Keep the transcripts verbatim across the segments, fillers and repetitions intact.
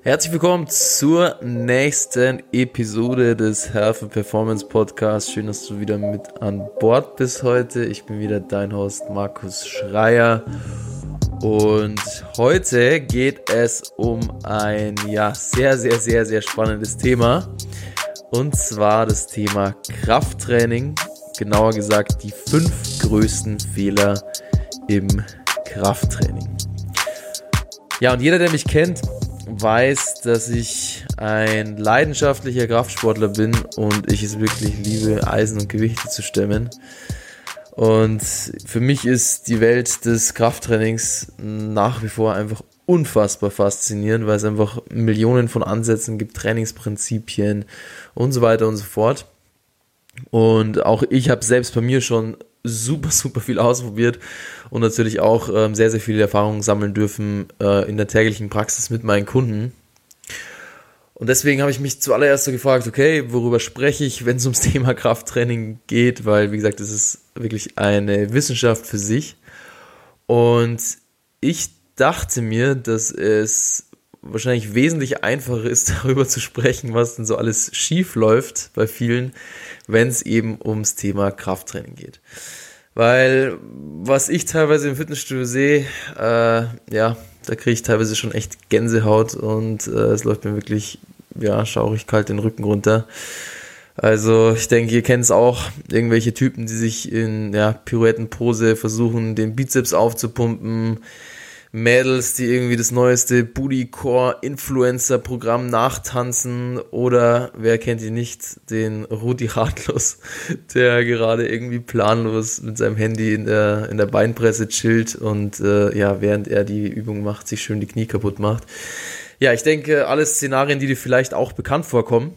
Herzlich willkommen zur nächsten Episode des Health and Performance Podcasts. Schön, dass du wieder mit an Bord bist heute. Ich bin wieder dein Host Markus Schreier und heute geht es um ein ja sehr, sehr, sehr, sehr spannendes Thema und zwar das Thema Krafttraining. Genauer gesagt die fünf größten Fehler im Krafttraining. Ja, und jeder, der mich kennt, weiß, dass ich ein leidenschaftlicher Kraftsportler bin und ich es wirklich liebe, Eisen und Gewichte zu stemmen. Und für mich ist die Welt des Krafttrainings nach wie vor einfach unfassbar faszinierend, weil es einfach Millionen von Ansätzen gibt, Trainingsprinzipien und so weiter und so fort. Und auch ich habe selbst bei mir schon super, super viel ausprobiert und natürlich auch ähm, sehr, sehr viele Erfahrungen sammeln dürfen äh, in der täglichen Praxis mit meinen Kunden. Und deswegen habe ich mich zuallererst so gefragt, okay, worüber spreche ich, wenn es ums Thema Krafttraining geht, weil, wie gesagt, es ist wirklich eine Wissenschaft für sich. Und ich dachte mir, dass es wahrscheinlich wesentlich einfacher ist, darüber zu sprechen, was denn so alles schief läuft bei vielen, wenn es eben ums Thema Krafttraining geht. Weil was ich teilweise im Fitnessstudio sehe, äh, ja, da kriege ich teilweise schon echt Gänsehaut und äh, es läuft mir wirklich, ja, schaurig kalt den Rücken runter. Also ich denke, ihr kennt es auch, irgendwelche Typen, die sich in ja, Pirouettenpose versuchen, den Bizeps aufzupumpen, Mädels, die irgendwie das neueste Bootycore-Influencer-Programm nachtanzen oder, wer kennt ihn nicht, den Rudi Hartlos, der gerade irgendwie planlos mit seinem Handy in der, in der Beinpresse chillt und äh, ja, während er die Übung macht, sich schön die Knie kaputt macht. Ja, ich denke, alle Szenarien, die dir vielleicht auch bekannt vorkommen,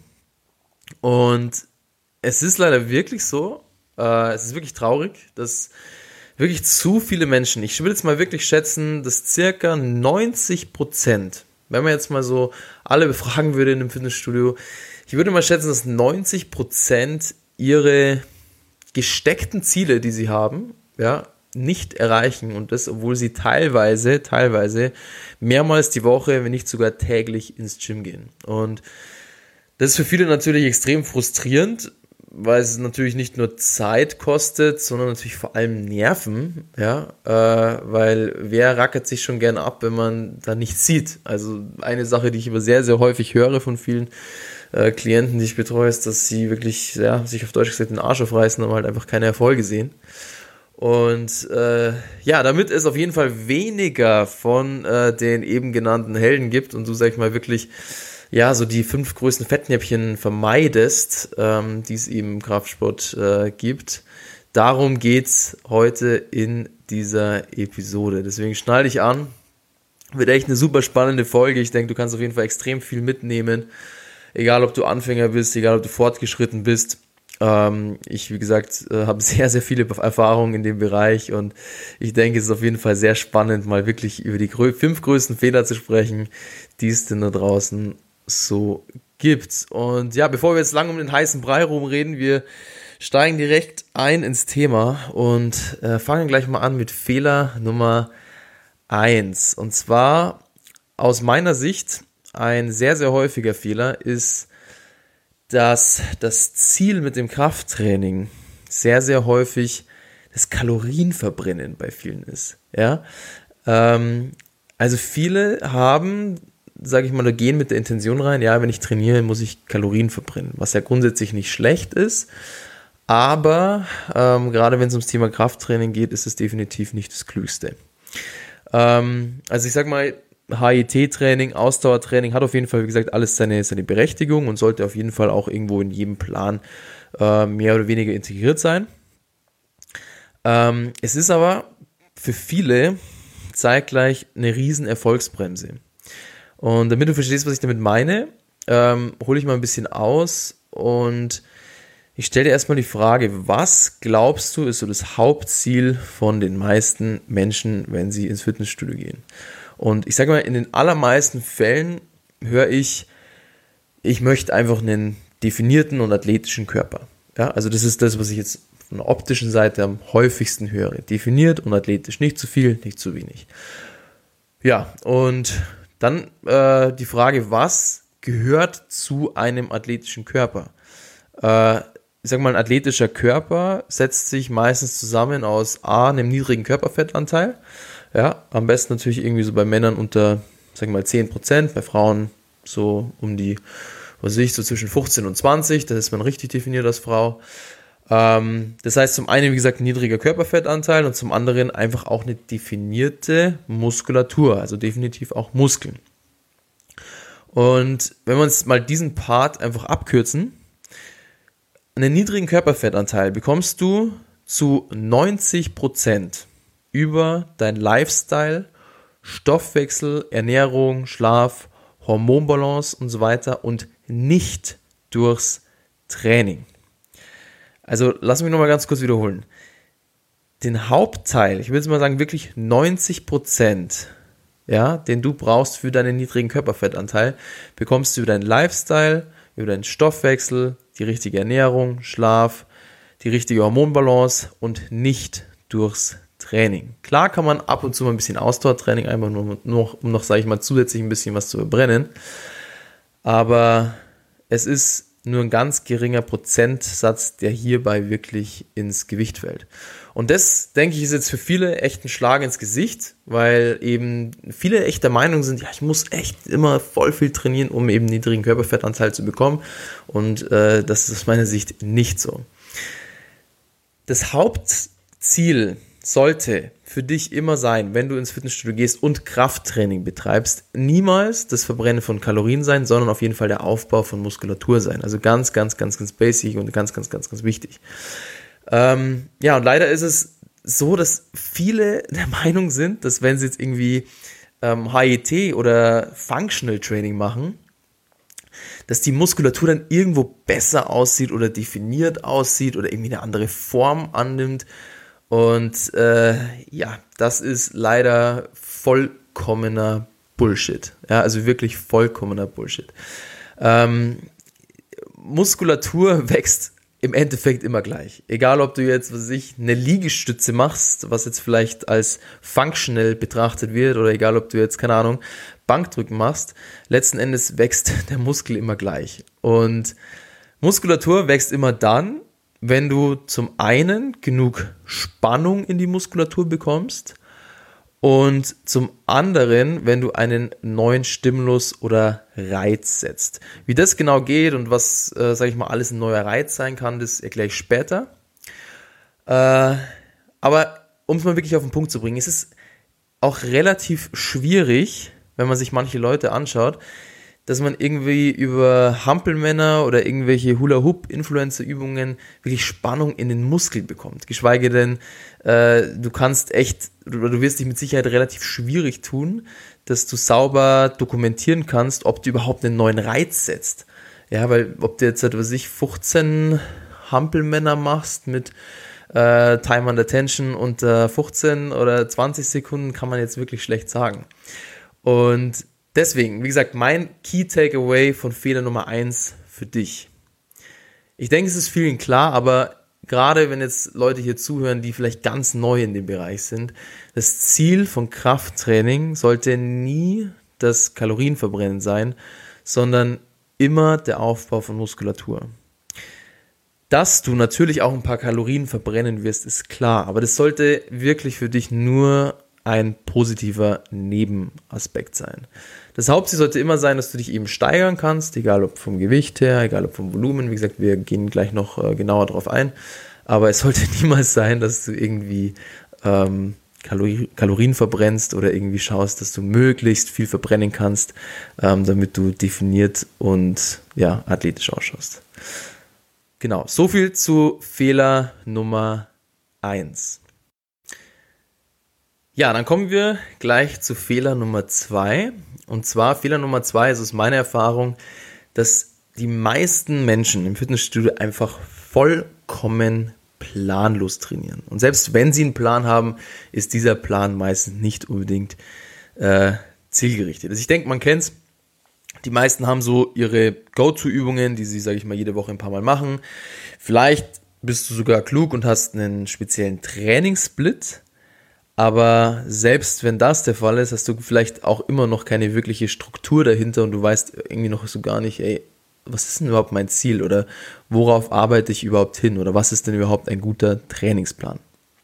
und es ist leider wirklich so, äh, es ist wirklich traurig, dass wirklich zu viele Menschen, ich will jetzt mal wirklich schätzen, dass circa neunzig Prozent, wenn man jetzt mal so alle befragen würde in einem Fitnessstudio, ich würde mal schätzen, dass neunzig Prozent ihre gesteckten Ziele, die sie haben, ja, nicht erreichen und das, obwohl sie teilweise, teilweise mehrmals die Woche, wenn nicht sogar täglich ins Gym gehen. Und das ist für viele natürlich extrem frustrierend, weil es natürlich nicht nur Zeit kostet, sondern natürlich vor allem Nerven, ja, äh, weil wer rackert sich schon gern ab, wenn man da nichts sieht. Also eine Sache, die ich aber sehr, sehr häufig höre von vielen äh, Klienten, die ich betreue, ist, dass sie wirklich, ja, sich auf Deutsch gesagt den Arsch aufreißen, aber halt einfach keine Erfolge sehen. Und äh, ja, damit es auf jeden Fall weniger von äh, den eben genannten Helden gibt und du, sag ich mal, wirklich ja, so die fünf größten Fettnäpfchen vermeidest, ähm, die es eben im Kraftsport äh, gibt. Darum geht's heute in dieser Episode. Deswegen schnall dich an. Wird echt eine super spannende Folge. Ich denke, du kannst auf jeden Fall extrem viel mitnehmen. Egal, ob du Anfänger bist, egal, ob du fortgeschritten bist. Ähm, ich, wie gesagt, äh, habe sehr, sehr viele Erfahrungen in dem Bereich und ich denke, es ist auf jeden Fall sehr spannend, mal wirklich über die grö- fünf größten Fehler zu sprechen, die es denn da draußen so gibt's. Und ja, bevor wir jetzt lange um den heißen Brei rumreden, wir steigen direkt ein ins Thema und äh, fangen gleich mal an mit Fehler Nummer eins. Und zwar aus meiner Sicht ein sehr, sehr häufiger Fehler ist, dass das Ziel mit dem Krafttraining sehr, sehr häufig das Kalorienverbrennen bei vielen ist. Ja, ähm, also viele haben, sage ich mal, da gehen mit der Intention rein, ja, wenn ich trainiere, muss ich Kalorien verbrennen, was ja grundsätzlich nicht schlecht ist, aber ähm, gerade wenn es ums Thema Krafttraining geht, ist es definitiv nicht das Klügste. Ähm, also ich sag mal, H I I T-Training, Ausdauertraining hat auf jeden Fall, wie gesagt, alles seine, seine Berechtigung und sollte auf jeden Fall auch irgendwo in jedem Plan äh, mehr oder weniger integriert sein. Ähm, es ist aber für viele zeitgleich eine riesen Erfolgsbremse. Und damit du verstehst, was ich damit meine, ähm, hole ich mal ein bisschen aus und ich stelle dir erstmal die Frage, was glaubst du ist so das Hauptziel von den meisten Menschen, wenn sie ins Fitnessstudio gehen? Und ich sage mal, in den allermeisten Fällen höre ich, ich möchte einfach einen definierten und athletischen Körper. Ja, also das ist das, was ich jetzt von der optischen Seite am häufigsten höre. Definiert und athletisch, nicht zu viel, nicht zu wenig. Ja, und Dann äh, die Frage, was gehört zu einem athletischen Körper? Äh, ich sag mal, ein athletischer Körper setzt sich meistens zusammen aus A, einem niedrigen Körperfettanteil, ja, am besten natürlich irgendwie so bei Männern unter, sag mal, zehn Prozent, bei Frauen so um die, was weiß ich, so zwischen fünfzehn und zwanzig, das ist man richtig definiert als Frau. Ähm, das heißt zum einen, wie gesagt, ein niedriger Körperfettanteil und zum anderen einfach auch eine definierte Muskulatur, also definitiv auch Muskeln. Und wenn wir uns mal diesen Part einfach abkürzen, einen niedrigen Körperfettanteil bekommst du zu neunzig Prozent über dein Lifestyle, Stoffwechsel, Ernährung, Schlaf, Hormonbalance und so weiter und nicht durchs Training. Also lass mich nochmal ganz kurz wiederholen. Den Hauptteil, ich will jetzt mal sagen wirklich neunzig Prozent, ja, den du brauchst für deinen niedrigen Körperfettanteil, bekommst du über deinen Lifestyle, über deinen Stoffwechsel, die richtige Ernährung, Schlaf, die richtige Hormonbalance und nicht durchs Training. Klar kann man ab und zu mal ein bisschen Ausdauertraining, einfach nur noch, um noch, sage ich mal, zusätzlich ein bisschen was zu verbrennen, aber es ist nur ein ganz geringer Prozentsatz, der hierbei wirklich ins Gewicht fällt. Und das, denke ich, ist jetzt für viele echt ein Schlag ins Gesicht, weil eben viele echt der Meinung sind, ja, ich muss echt immer voll viel trainieren, um eben einen niedrigen Körperfettanteil zu bekommen. Und äh, das ist aus meiner Sicht nicht so. Das Hauptziel sollte für dich immer sein, wenn du ins Fitnessstudio gehst und Krafttraining betreibst, niemals das Verbrennen von Kalorien sein, sondern auf jeden Fall der Aufbau von Muskulatur sein. Also ganz, ganz, ganz, ganz basic und ganz, ganz, ganz, ganz wichtig. Ähm, ja, und leider ist es so, dass viele der Meinung sind, dass wenn sie jetzt irgendwie ähm, H I I T oder Functional Training machen, dass die Muskulatur dann irgendwo besser aussieht oder definiert aussieht oder irgendwie eine andere Form annimmt. Und äh, ja, das ist leider vollkommener Bullshit. Ja, also wirklich vollkommener Bullshit. Ähm, Muskulatur wächst im Endeffekt immer gleich. Egal, ob du jetzt, was weiß ich, eine Liegestütze machst, was jetzt vielleicht als functional betrachtet wird, oder egal, ob du jetzt, keine Ahnung, Bankdrücken machst, letzten Endes wächst der Muskel immer gleich. Und Muskulatur wächst immer dann, wenn du zum einen genug Spannung in die Muskulatur bekommst und zum anderen, wenn du einen neuen Stimulus oder Reiz setzt. Wie das genau geht und was, äh, sage ich mal, alles ein neuer Reiz sein kann, das erkläre ich später. Äh, aber um es mal wirklich auf den Punkt zu bringen, es ist auch relativ schwierig, wenn man sich manche Leute anschaut, dass man irgendwie über Hampelmänner oder irgendwelche Hula-Hoop-Influencer-Übungen wirklich Spannung in den Muskel bekommt. Geschweige denn, äh, du kannst echt, oder du wirst dich mit Sicherheit relativ schwierig tun, dass du sauber dokumentieren kannst, ob du überhaupt einen neuen Reiz setzt. Ja, weil ob du jetzt, was weiß ich, fünfzehn Hampelmänner machst mit äh, Time under Tension unter fünfzehn oder zwanzig Sekunden, kann man jetzt wirklich schlecht sagen. Und deswegen, wie gesagt, mein Key Takeaway von Fehler Nummer eins für dich. Ich denke, es ist vielen klar, aber gerade wenn jetzt Leute hier zuhören, die vielleicht ganz neu in dem Bereich sind, das Ziel von Krafttraining sollte nie das Kalorienverbrennen sein, sondern immer der Aufbau von Muskulatur. Dass du natürlich auch ein paar Kalorien verbrennen wirst, ist klar, aber das sollte wirklich für dich nur ein positiver Nebenaspekt sein. Das Hauptziel sollte immer sein, dass du dich eben steigern kannst, egal ob vom Gewicht her, egal ob vom Volumen. Wie gesagt, wir gehen gleich noch äh, genauer drauf ein. Aber es sollte niemals sein, dass du irgendwie ähm, Kalori- Kalorien verbrennst oder irgendwie schaust, dass du möglichst viel verbrennen kannst, ähm, damit du definiert und ja, athletisch ausschaust. Genau, so viel zu Fehler Nummer eins. Ja, dann kommen wir gleich zu Fehler Nummer zwei. Und zwar Fehler Nummer zwei ist aus meiner Erfahrung, dass die meisten Menschen im Fitnessstudio einfach vollkommen planlos trainieren. Und selbst wenn sie einen Plan haben, ist dieser Plan meistens nicht unbedingt äh, zielgerichtet. Also ich denke, man kennt es. Die meisten haben so ihre Go-To-Übungen, die sie, sage ich mal, jede Woche ein paar Mal machen. Vielleicht bist du sogar klug und hast einen speziellen Trainingssplit. Aber selbst wenn das der Fall ist, hast du vielleicht auch immer noch keine wirkliche Struktur dahinter und du weißt irgendwie noch so gar nicht, ey, was ist denn überhaupt mein Ziel oder worauf arbeite ich überhaupt hin oder was ist denn überhaupt ein guter Trainingsplan?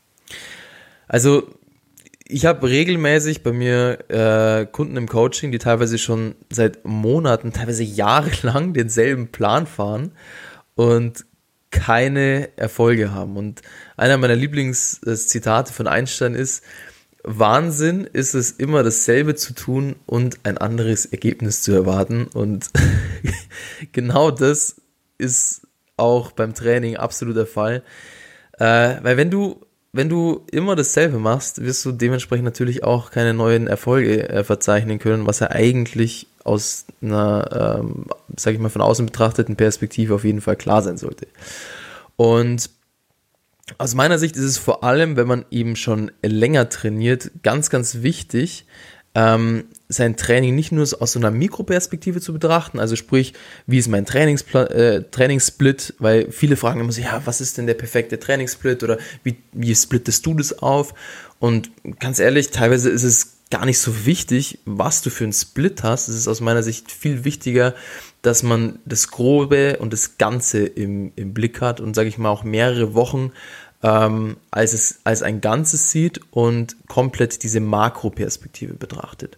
Also ich habe regelmäßig bei mir äh, Kunden im Coaching, die teilweise schon seit Monaten, teilweise jahrelang denselben Plan fahren und keine Erfolge haben. Und einer meiner Lieblingszitate von Einstein ist: Wahnsinn ist es, immer dasselbe zu tun und ein anderes Ergebnis zu erwarten. Und genau das ist auch beim Training absolut der Fall. Äh, weil wenn du, wenn du immer dasselbe machst, wirst du dementsprechend natürlich auch keine neuen Erfolge äh, verzeichnen können, was ja eigentlich aus einer, ähm, sag ich mal, von außen betrachteten Perspektive auf jeden Fall klar sein sollte. Und aus meiner Sicht ist es vor allem, wenn man eben schon länger trainiert, ganz, ganz wichtig, ähm, sein Training nicht nur aus so einer Mikroperspektive zu betrachten, also sprich, wie ist mein Trainingspla- äh, Trainingssplit, weil viele fragen immer so, ja, was ist denn der perfekte Trainingssplit oder wie, wie splittest du das auf? Und ganz ehrlich, teilweise ist es gar nicht so wichtig, was du für einen Split hast. Es ist aus meiner Sicht viel wichtiger, dass man das Grobe und das Ganze im, im Blick hat und, sage ich mal, auch mehrere Wochen ähm, als, es, als ein Ganzes sieht und komplett diese Makroperspektive betrachtet.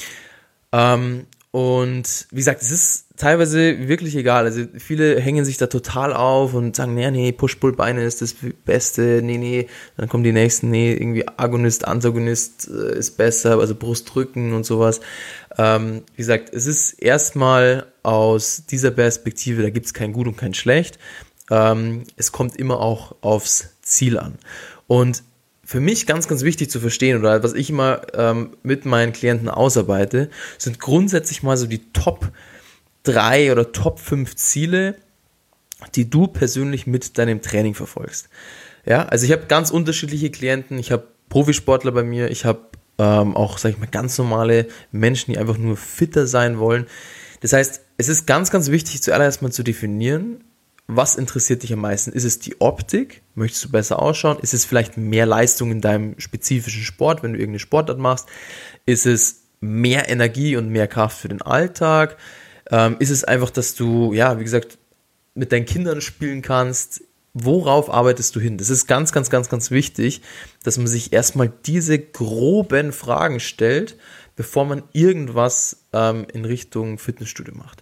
Ähm, und wie gesagt, es ist teilweise wirklich egal. Also viele hängen sich da total auf und sagen, nee, nee, Push-Pull-Beine ist das Beste, nee, nee. Dann kommen die nächsten, nee, irgendwie Agonist, Antagonist äh, ist besser, also Brustdrücken und sowas. Ähm, wie gesagt, es ist erstmal aus dieser Perspektive, da gibt es kein Gut und kein Schlecht. Ähm, es kommt immer auch aufs Ziel an. Und für mich ganz, ganz wichtig zu verstehen oder was ich immer ähm, mit meinen Klienten ausarbeite, sind grundsätzlich mal so die Top drei oder Top fünf Ziele, die du persönlich mit deinem Training verfolgst. Ja, also ich habe ganz unterschiedliche Klienten, ich habe Profisportler bei mir, ich habe ähm, auch, sage ich mal, ganz normale Menschen, die einfach nur fitter sein wollen. Das heißt, es ist ganz, ganz wichtig, zuallererst mal zu definieren, was interessiert dich am meisten? Ist es die Optik? Möchtest du besser ausschauen? Ist es vielleicht mehr Leistung in deinem spezifischen Sport, wenn du irgendeine Sportart machst? Ist es mehr Energie und mehr Kraft für den Alltag? Ähm, ist es einfach, dass du, ja, wie gesagt, mit deinen Kindern spielen kannst? Worauf arbeitest du hin? Das ist ganz, ganz, ganz, ganz wichtig, dass man sich erstmal diese groben Fragen stellt, bevor man irgendwas ähm, in Richtung Fitnessstudio macht.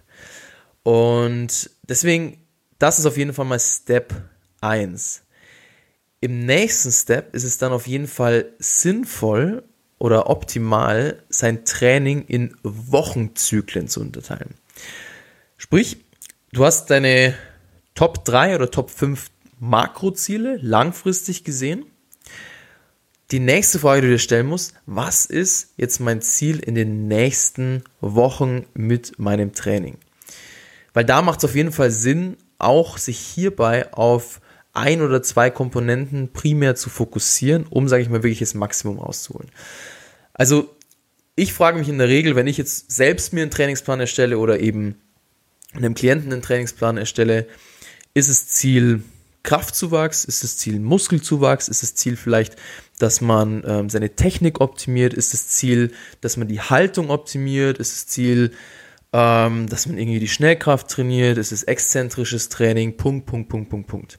Und deswegen, das ist auf jeden Fall mal Step eins. Im nächsten Step ist es dann auf jeden Fall sinnvoll oder optimal, sein Training in Wochenzyklen zu unterteilen. Sprich, du hast deine Top drei oder Top fünf Makroziele langfristig gesehen. Die nächste Frage, die du dir stellen musst: Was ist jetzt mein Ziel in den nächsten Wochen mit meinem Training? Weil da macht es auf jeden Fall Sinn, auch sich hierbei auf ein oder zwei Komponenten primär zu fokussieren, um, sage ich mal, wirklich das Maximum rauszuholen. Also ich frage mich in der Regel, wenn ich jetzt selbst mir einen Trainingsplan erstelle oder eben einem Klienten einen Trainingsplan erstelle, ist das Ziel Kraftzuwachs, ist das Ziel Muskelzuwachs, ist das Ziel vielleicht, dass man ähm, seine Technik optimiert, ist das Ziel, dass man die Haltung optimiert, ist das Ziel, ähm, dass man irgendwie die Schnellkraft trainiert, ist es exzentrisches Training, Punkt, Punkt, Punkt, Punkt, Punkt.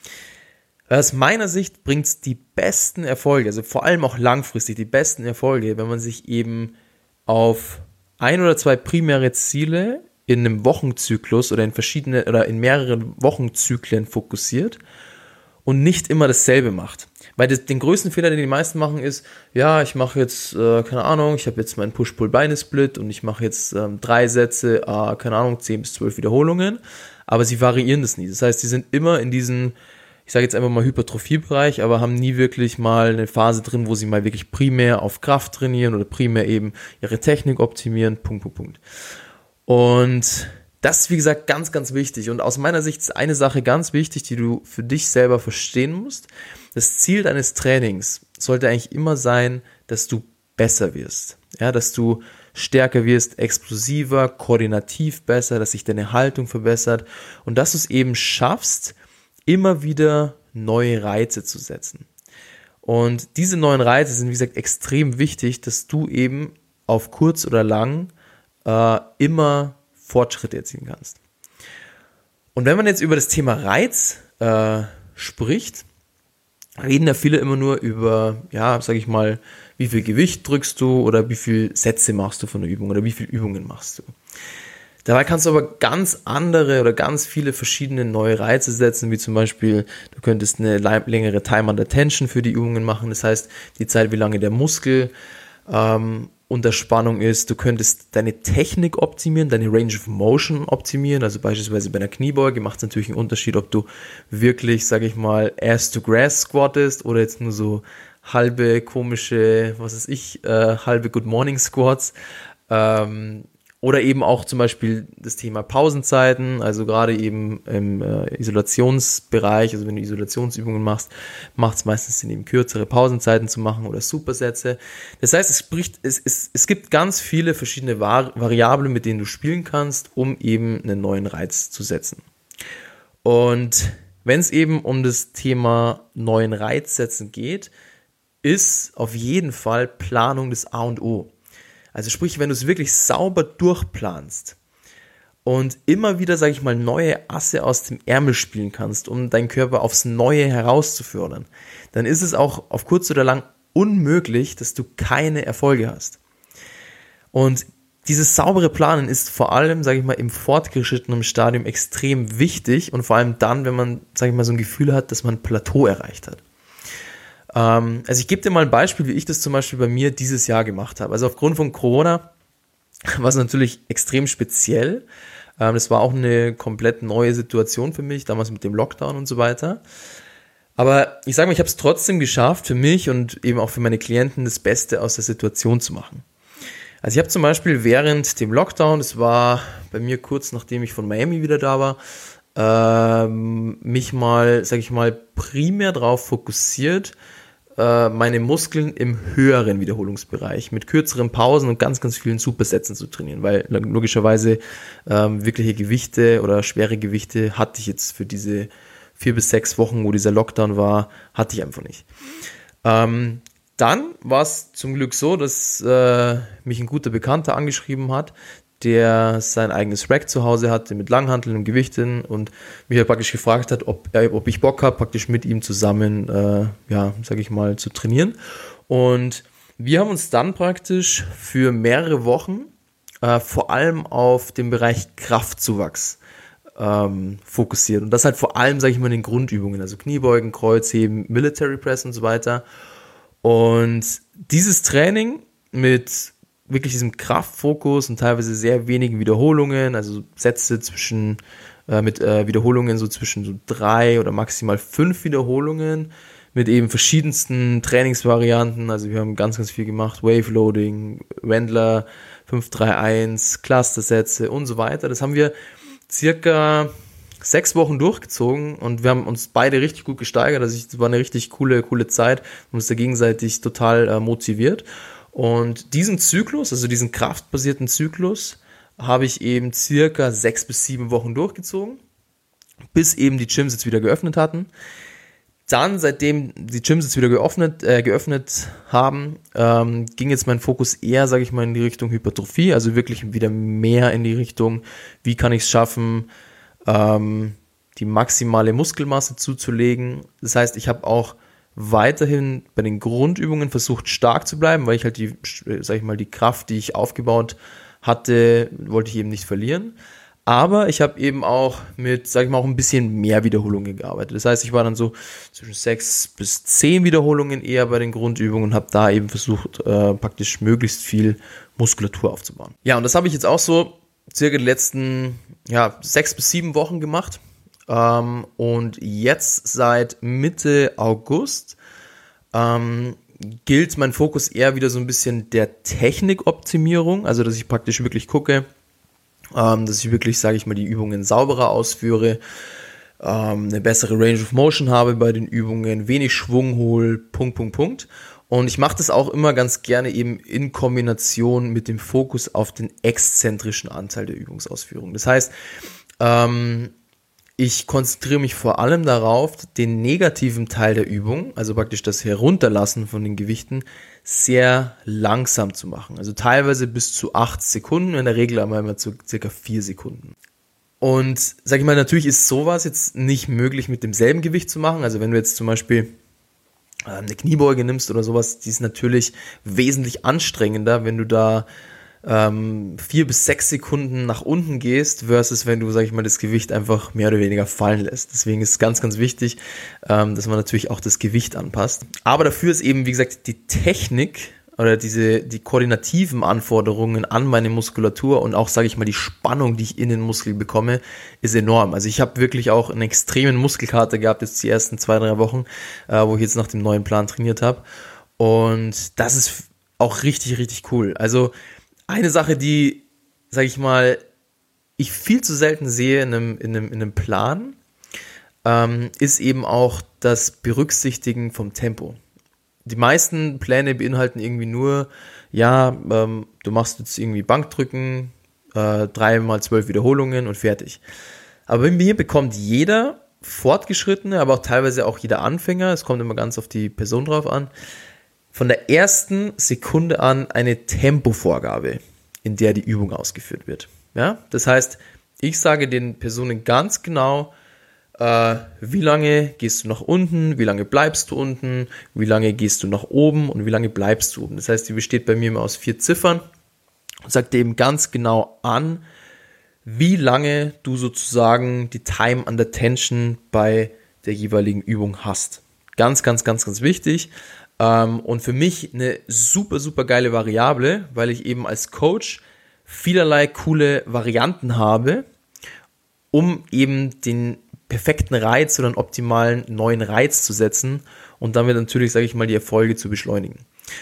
Aus meiner Sicht bringt es die besten Erfolge, also vor allem auch langfristig die besten Erfolge, wenn man sich eben auf ein oder zwei primäre Ziele in einem Wochenzyklus oder in verschiedene oder in mehreren Wochenzyklen fokussiert und nicht immer dasselbe macht. Weil das, den größten Fehler, den die meisten machen, ist, ja, ich mache jetzt, äh, keine Ahnung, ich habe jetzt meinen Push-Pull-Beine-Split und ich mache jetzt ähm, drei Sätze, äh, keine Ahnung, zehn bis zwölf Wiederholungen, aber sie variieren das nie. Das heißt, sie sind immer in diesem, ich sage jetzt einfach mal Hypertrophie-Bereich, aber haben nie wirklich mal eine Phase drin, wo sie mal wirklich primär auf Kraft trainieren oder primär eben ihre Technik optimieren, Punkt, Punkt, Punkt. Und das ist, wie gesagt, ganz, ganz wichtig. Und aus meiner Sicht ist eine Sache ganz wichtig, die du für dich selber verstehen musst. Das Ziel deines Trainings sollte eigentlich immer sein, dass du besser wirst. Ja, dass du stärker wirst, explosiver, koordinativ besser, dass sich deine Haltung verbessert und dass du es eben schaffst, immer wieder neue Reize zu setzen. Und diese neuen Reize sind, wie gesagt, extrem wichtig, dass du eben auf kurz oder lang äh, immer Fortschritte erzielen kannst. Und wenn man jetzt über das Thema Reiz äh, spricht, reden ja viele immer nur über, ja, sag ich mal, wie viel Gewicht drückst du oder wie viel Sätze machst du von der Übung oder wie viele Übungen machst du. Dabei kannst du aber ganz andere oder ganz viele verschiedene neue Reize setzen, wie zum Beispiel, du könntest eine längere Time under Tension für die Übungen machen, das heißt, die Zeit, wie lange der Muskel ähm, unter Spannung ist. Du könntest deine Technik optimieren, deine Range of Motion optimieren, also beispielsweise bei einer Kniebeuge macht es natürlich einen Unterschied, ob du wirklich, sage ich mal, Ass to Grass squattest oder jetzt nur so halbe komische, was weiß ich, äh, halbe Good Morning Squats, ähm, oder eben auch zum Beispiel das Thema Pausenzeiten, also gerade eben im äh, Isolationsbereich, also wenn du Isolationsübungen machst, macht es meistens Sinn, eben kürzere Pausenzeiten zu machen oder Supersätze. Das heißt, es, spricht, es, es, es gibt ganz viele verschiedene Vari- Variablen, mit denen du spielen kannst, um eben einen neuen Reiz zu setzen. Und wenn es eben um das Thema neuen Reiz setzen geht, ist auf jeden Fall Planung das A und O. Also sprich, wenn du es wirklich sauber durchplanst und immer wieder, sage ich mal, neue Asse aus dem Ärmel spielen kannst, um deinen Körper aufs Neue herauszufördern, dann ist es auch auf kurz oder lang unmöglich, dass du keine Erfolge hast. Und dieses saubere Planen ist vor allem, sage ich mal, im fortgeschrittenen Stadium extrem wichtig und vor allem dann, wenn man, sage ich mal, so ein Gefühl hat, dass man ein Plateau erreicht hat. Also ich gebe dir mal ein Beispiel, wie ich das zum Beispiel bei mir dieses Jahr gemacht habe. Also aufgrund von Corona war es natürlich extrem speziell. Das war auch eine komplett neue Situation für mich, damals mit dem Lockdown und so weiter. Aber ich sage mal, ich habe es trotzdem geschafft, für mich und eben auch für meine Klienten das Beste aus der Situation zu machen. Also ich habe zum Beispiel während dem Lockdown, das war bei mir kurz nachdem ich von Miami wieder da war, ähm, mich mal, sage ich mal, primär darauf fokussiert, meine Muskeln im höheren Wiederholungsbereich mit kürzeren Pausen und ganz, ganz vielen Supersätzen zu trainieren, weil logischerweise ähm, wirkliche Gewichte oder schwere Gewichte hatte ich jetzt für diese vier bis sechs Wochen, wo dieser Lockdown war, hatte ich einfach nicht. Ähm, dann war es zum Glück so, dass äh, mich ein guter Bekannter angeschrieben hat, der sein eigenes Rack zu Hause hatte mit Langhanteln und Gewichten und mich halt praktisch gefragt hat, ob, äh, ob ich Bock habe, praktisch mit ihm zusammen, äh, ja, sag ich mal, zu trainieren. Und wir haben uns dann praktisch für mehrere Wochen äh, vor allem auf den Bereich Kraftzuwachs ähm, fokussiert. Und das halt vor allem, sage ich mal, in den Grundübungen, also Kniebeugen, Kreuzheben, Military Press und so weiter. Und dieses Training mit wirklich diesem Kraftfokus und teilweise sehr wenigen Wiederholungen, also Sätze zwischen äh, mit äh, Wiederholungen so zwischen so drei oder maximal fünf Wiederholungen mit eben verschiedensten Trainingsvarianten. Also wir haben ganz, ganz viel gemacht, Wave Loading, Wendler, fünf drei eins, Clustersätze und so weiter. Das haben wir circa sechs Wochen durchgezogen und wir haben uns beide richtig gut gesteigert. Also es war eine richtig coole, coole Zeit und uns da gegenseitig total äh, motiviert. Und diesen Zyklus, also diesen kraftbasierten Zyklus, habe ich eben circa sechs bis sieben Wochen durchgezogen, bis eben die Gyms jetzt wieder geöffnet hatten. Dann, seitdem die Gyms jetzt wieder geöffnet, äh, geöffnet haben, ähm, ging jetzt mein Fokus eher, sage ich mal, in die Richtung Hypertrophie, also wirklich wieder mehr in die Richtung, wie kann ich es schaffen, ähm, die maximale Muskelmasse zuzulegen. Das heißt, ich habe auch weiterhin bei den Grundübungen versucht, stark zu bleiben, weil ich halt die, sag ich mal, die Kraft, die ich aufgebaut hatte, wollte ich eben nicht verlieren. Aber ich habe eben auch mit, sag ich mal, auch ein bisschen mehr Wiederholungen gearbeitet. Das heißt, ich war dann so zwischen sechs bis zehn Wiederholungen eher bei den Grundübungen und habe da eben versucht, äh, praktisch möglichst viel Muskulatur aufzubauen. Ja, und das habe ich jetzt auch so circa die letzten ja, sechs bis sieben Wochen gemacht. Ähm, und jetzt seit Mitte August ähm, gilt mein Fokus eher wieder so ein bisschen der Technikoptimierung, also dass ich praktisch wirklich gucke, ähm, dass ich wirklich, sage ich mal, die Übungen sauberer ausführe, ähm, eine bessere Range of Motion habe bei den Übungen, wenig Schwung hole, Punkt, Punkt, Punkt. Und ich mache das auch immer ganz gerne eben in Kombination mit dem Fokus auf den exzentrischen Anteil der Übungsausführung. Das heißt, ähm, Ich konzentriere mich vor allem darauf, den negativen Teil der Übung, also praktisch das Herunterlassen von den Gewichten, sehr langsam zu machen. Also teilweise bis zu acht Sekunden, in der Regel aber immer zu circa vier Sekunden. Und sag ich mal, natürlich ist sowas jetzt nicht möglich mit demselben Gewicht zu machen. Also wenn du jetzt zum Beispiel eine Kniebeuge nimmst oder sowas, die ist natürlich wesentlich anstrengender, wenn du da ähm, vier bis sechs Sekunden nach unten gehst, versus wenn du, sag ich mal, das Gewicht einfach mehr oder weniger fallen lässt. Deswegen ist es ganz, ganz wichtig, ähm, dass man natürlich auch das Gewicht anpasst. Aber dafür ist eben, wie gesagt, die Technik oder diese die koordinativen Anforderungen an meine Muskulatur und auch, sage ich mal, die Spannung, die ich in den Muskel bekomme, ist enorm. Also ich habe wirklich auch einen extremen Muskelkater gehabt, jetzt die ersten zwei, drei Wochen, äh, wo ich jetzt nach dem neuen Plan trainiert habe. Und das ist auch richtig, richtig cool. Also eine Sache, die, sage ich mal, ich viel zu selten sehe in einem, in einem, in einem Plan, ähm, ist eben auch das Berücksichtigen vom Tempo. Die meisten Pläne beinhalten irgendwie nur, ja, ähm, du machst jetzt irgendwie Bankdrücken, äh, drei mal zwölf Wiederholungen und fertig. Aber bei mir bekommt jeder Fortgeschrittene, aber auch teilweise auch jeder Anfänger, es kommt immer ganz auf die Person drauf an, von der ersten Sekunde an eine Tempovorgabe, in der die Übung ausgeführt wird. Ja? Das heißt, ich sage den Personen ganz genau, Uh, wie lange gehst du nach unten, wie lange bleibst du unten, wie lange gehst du nach oben und wie lange bleibst du oben. Das heißt, die besteht bei mir immer aus vier Ziffern und sagt dir eben ganz genau an, wie lange du sozusagen die Time under Tension bei der jeweiligen Übung hast. Ganz, ganz, ganz, ganz wichtig. Um, und für mich eine super, super geile Variable, weil ich eben als Coach vielerlei coole Varianten habe, um eben den perfekten Reiz oder einen optimalen neuen Reiz zu setzen und damit natürlich, sage ich mal, die Erfolge zu beschleunigen.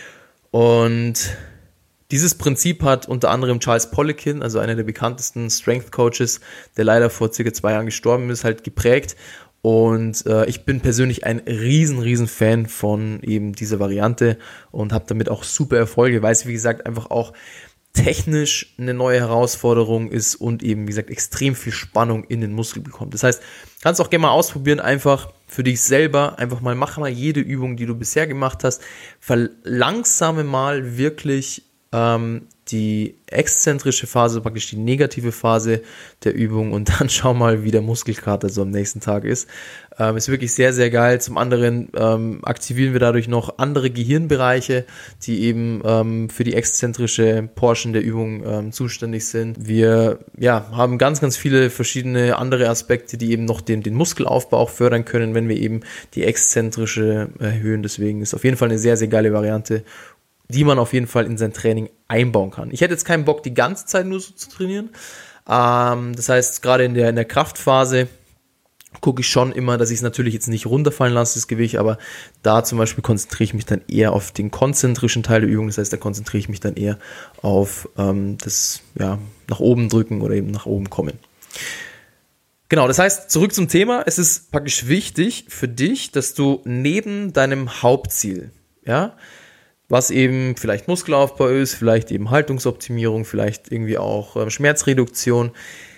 Und dieses Prinzip hat unter anderem Charles Poliquin, also einer der bekanntesten Strength Coaches, der leider vor circa zwei Jahren gestorben ist, halt geprägt. Und äh, ich bin persönlich ein riesen, riesen Fan von eben dieser Variante und habe damit auch super Erfolge, weil es, wie gesagt, einfach auch technisch eine neue Herausforderung ist und eben, wie gesagt, extrem viel Spannung in den Muskel bekommt. Das heißt, kannst auch gerne mal ausprobieren, einfach für dich selber, einfach mal, mach mal jede Übung, die du bisher gemacht hast, verlangsame mal wirklich ähm, die exzentrische Phase, praktisch die negative Phase der Übung und dann schau mal, wie der Muskelkater so am nächsten Tag ist. Ähm, ist wirklich sehr, sehr geil. Zum anderen ähm, aktivieren wir dadurch noch andere Gehirnbereiche, die eben ähm, für die exzentrische Portion der Übung ähm, zuständig sind. Wir ja, haben ganz, ganz viele verschiedene andere Aspekte, die eben noch den, den Muskelaufbau auch fördern können, wenn wir eben die exzentrische erhöhen. Deswegen ist auf jeden Fall eine sehr, sehr geile Variante, die man auf jeden Fall in sein Training einbauen kann. Ich hätte jetzt keinen Bock, die ganze Zeit nur so zu trainieren. Ähm, das heißt, gerade in der, in der Kraftphase gucke ich schon immer, dass ich es natürlich jetzt nicht runterfallen lasse, das Gewicht, aber da zum Beispiel konzentriere ich mich dann eher auf den konzentrischen Teil der Übung. Das heißt, da konzentriere ich mich dann eher auf ähm, das ja, nach oben drücken oder eben nach oben kommen. Genau, das heißt, zurück zum Thema. Es ist praktisch wichtig für dich, dass du neben deinem Hauptziel, ja, was eben vielleicht Muskelaufbau ist, vielleicht eben Haltungsoptimierung, vielleicht irgendwie auch äh, Schmerzreduktion.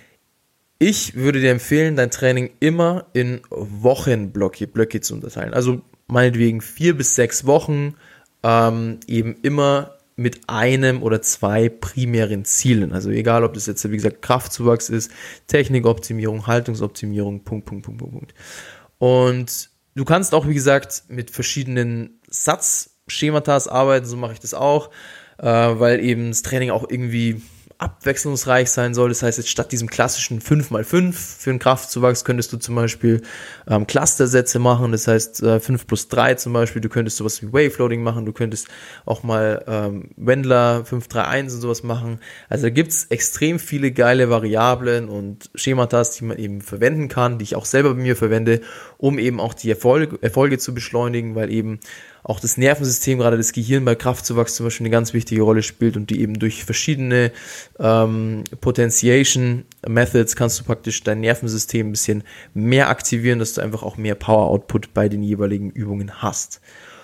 Ich würde dir empfehlen, dein Training immer in Wochenblöcke Blöcke zu unterteilen. Also meinetwegen vier bis sechs Wochen, ähm, eben immer mit einem oder zwei primären Zielen. Also egal, ob das jetzt, wie gesagt, Kraftzuwachs ist, Technikoptimierung, Haltungsoptimierung, Punkt, Punkt, Punkt, Punkt, Punkt. Und du kannst auch, wie gesagt, mit verschiedenen Satzschematas arbeiten, so mache ich das auch, äh, weil eben das Training auch irgendwie abwechslungsreich sein soll. Das heißt, jetzt statt diesem klassischen fünf mal fünf für einen Kraftzuwachs könntest du zum Beispiel ähm, Clustersätze machen. Das heißt, äh, fünf plus drei zum Beispiel. Du könntest sowas wie Waveloading machen. Du könntest auch mal ähm, Wendler fünf drei eins und sowas machen. Also da gibt's extrem viele geile Variablen und Schematas, die man eben verwenden kann, die ich auch selber bei mir verwende, um eben auch die Erfolge, Erfolge zu beschleunigen, weil eben auch das Nervensystem, gerade das Gehirn bei Kraftzuwachs zum Beispiel eine ganz wichtige Rolle spielt und die eben durch verschiedene ähm, Potentiation Methods kannst du praktisch dein Nervensystem ein bisschen mehr aktivieren, dass du einfach auch mehr Power Output bei den jeweiligen Übungen hast.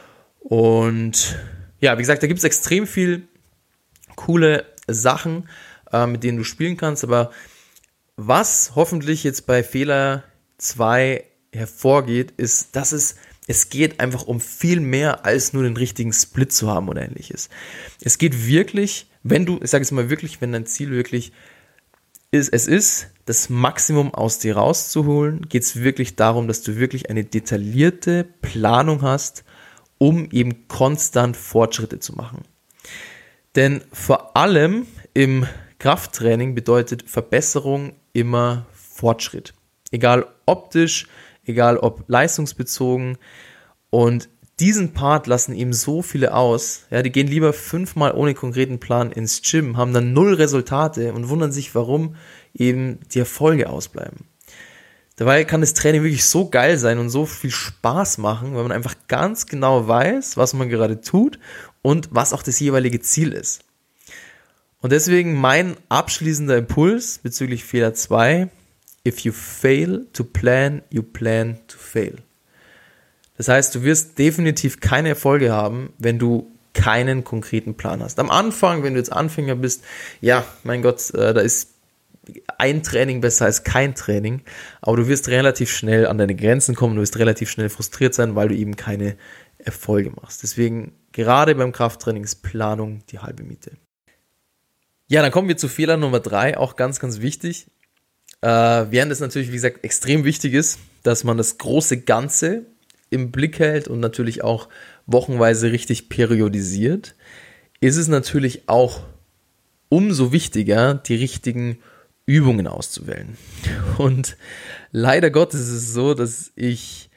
Und ja, wie gesagt, da gibt es extrem viel coole Sachen, äh, mit denen du spielen kannst, aber was hoffentlich jetzt bei Fehler zwei hervorgeht, ist, dass es, es geht einfach um viel mehr als nur den richtigen Split zu haben oder ähnliches. Es geht wirklich, wenn du, ich sage es mal wirklich, wenn dein Ziel wirklich ist, es ist, das Maximum aus dir rauszuholen, geht es wirklich darum, dass du wirklich eine detaillierte Planung hast, um eben konstant Fortschritte zu machen. Denn vor allem im Krafttraining bedeutet Verbesserung immer Fortschritt. Egal optisch, egal ob leistungsbezogen. Und diesen Part lassen eben so viele aus. Ja, die gehen lieber fünfmal ohne konkreten Plan ins Gym, haben dann null Resultate und wundern sich, warum eben die Erfolge ausbleiben. Dabei kann das Training wirklich so geil sein und so viel Spaß machen, weil man einfach ganz genau weiß, was man gerade tut und was auch das jeweilige Ziel ist. Und deswegen mein abschließender Impuls bezüglich Fehler zwei: If you fail to plan, you plan to fail. Das heißt, du wirst definitiv keine Erfolge haben, wenn du keinen konkreten Plan hast. Am Anfang, wenn du jetzt Anfänger bist, ja, mein Gott, äh, da ist ein Training besser als kein Training, aber du wirst relativ schnell an deine Grenzen kommen, du wirst relativ schnell frustriert sein, weil du eben keine Erfolge machst. Deswegen gerade beim Krafttraining ist Planung die halbe Miete. Ja, dann kommen wir zu Fehler Nummer drei, auch ganz, ganz wichtig. Äh, während es natürlich, wie gesagt, extrem wichtig ist, dass man das große Ganze im Blick hält und natürlich auch wochenweise richtig periodisiert, ist es natürlich auch umso wichtiger, die richtigen Übungen auszuwählen. Und leider Gottes ist es so, dass ich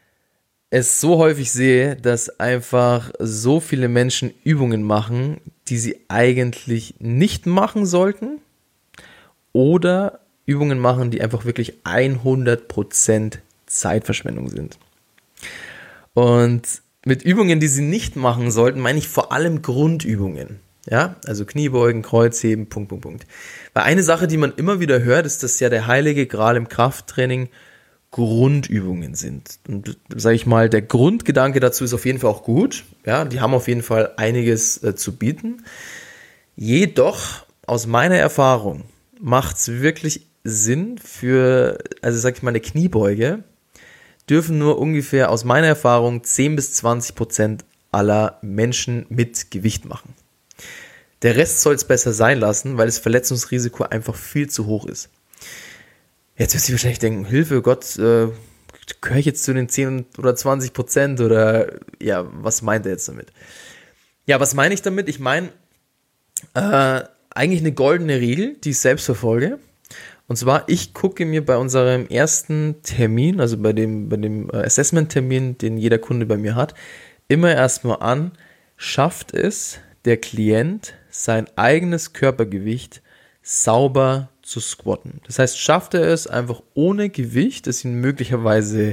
es so häufig sehe, dass einfach so viele Menschen Übungen machen, die sie eigentlich nicht machen sollten, oder Übungen machen, die einfach wirklich hundert Prozent Zeitverschwendung sind. Und mit Übungen, die sie nicht machen sollten, meine ich vor allem Grundübungen. Ja, also Kniebeugen, Kreuzheben, Punkt, Punkt, Punkt. Weil eine Sache, die man immer wieder hört, ist, dass ja der heilige Gral im Krafttraining Grundübungen sind. Und sage ich mal, der Grundgedanke dazu ist auf jeden Fall auch gut. Ja, die haben auf jeden Fall einiges äh, zu bieten. Jedoch, aus meiner Erfahrung, macht es wirklich Sinn für, also sage ich mal, eine Kniebeuge, dürfen nur ungefähr aus meiner Erfahrung zehn bis zwanzig Prozent aller Menschen mit Gewicht machen. Der Rest soll es besser sein lassen, weil das Verletzungsrisiko einfach viel zu hoch ist. Jetzt wirst du wahrscheinlich denken, Hilfe, Gott, äh, gehöre ich jetzt zu den zehn oder zwanzig Prozent oder ja, was meint er jetzt damit? Ja, was meine ich damit? Ich meine äh, eigentlich eine goldene Regel, die ich selbst verfolge. Und zwar, ich gucke mir bei unserem ersten Termin, also bei dem, bei dem Assessment-Termin, den jeder Kunde bei mir hat, immer erstmal an, schafft es der Klient, sein eigenes Körpergewicht sauber zu squatten. Das heißt, schafft er es einfach ohne Gewicht, das ihn möglicherweise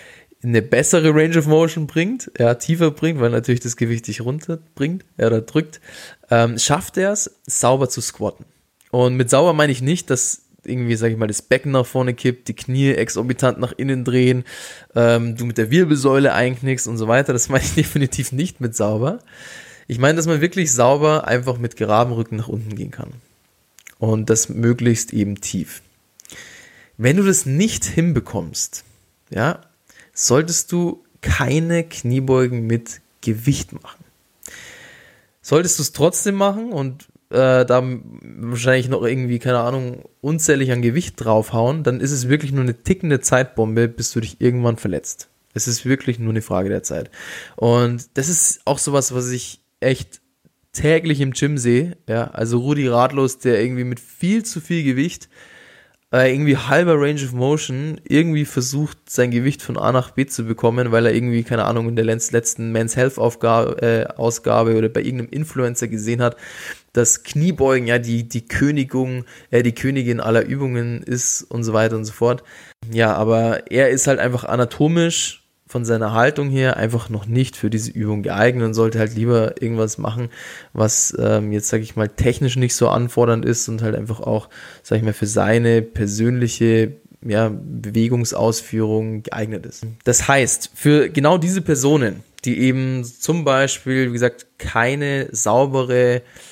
in eine bessere Range of Motion bringt, ja, tiefer bringt, weil natürlich das Gewicht dich runterbringt, ja, oder drückt, ähm, schafft er es, sauber zu squatten. Und mit sauber meine ich nicht, dass irgendwie, sag ich mal, das Becken nach vorne kippt, die Knie exorbitant nach innen drehen, ähm, du mit der Wirbelsäule einknickst und so weiter. Das meine ich definitiv nicht mit sauber. Ich meine, dass man wirklich sauber einfach mit geradem Rücken nach unten gehen kann. Und das möglichst eben tief. Wenn du das nicht hinbekommst, ja, solltest du keine Kniebeugen mit Gewicht machen. Solltest du es trotzdem machen und äh, da wahrscheinlich noch irgendwie, keine Ahnung, unzählig an Gewicht draufhauen, dann ist es wirklich nur eine tickende Zeitbombe, bis du dich irgendwann verletzt. Es ist wirklich nur eine Frage der Zeit. Und das ist auch sowas, was ich echt täglich im Gym sehe. Ja, also Rudi Ratlos, der irgendwie mit viel zu viel Gewicht, äh, irgendwie halber Range of Motion, irgendwie versucht, sein Gewicht von A nach B zu bekommen, weil er irgendwie, keine Ahnung, in der letzten Men's Health Aufgabe, äh, Ausgabe oder bei irgendeinem Influencer gesehen hat, dass Kniebeugen ja die, die Königung, äh, die Königin aller Übungen ist und so weiter und so fort. Ja, aber er ist halt einfach anatomisch von seiner Haltung her einfach noch nicht für diese Übung geeignet und sollte halt lieber irgendwas machen, was ähm, jetzt, sage ich mal, technisch nicht so anfordernd ist und halt einfach auch, sage ich mal, für seine persönliche ja, Bewegungsausführung geeignet ist. Das heißt, für genau diese Personen, die eben zum Beispiel, wie gesagt, keine saubere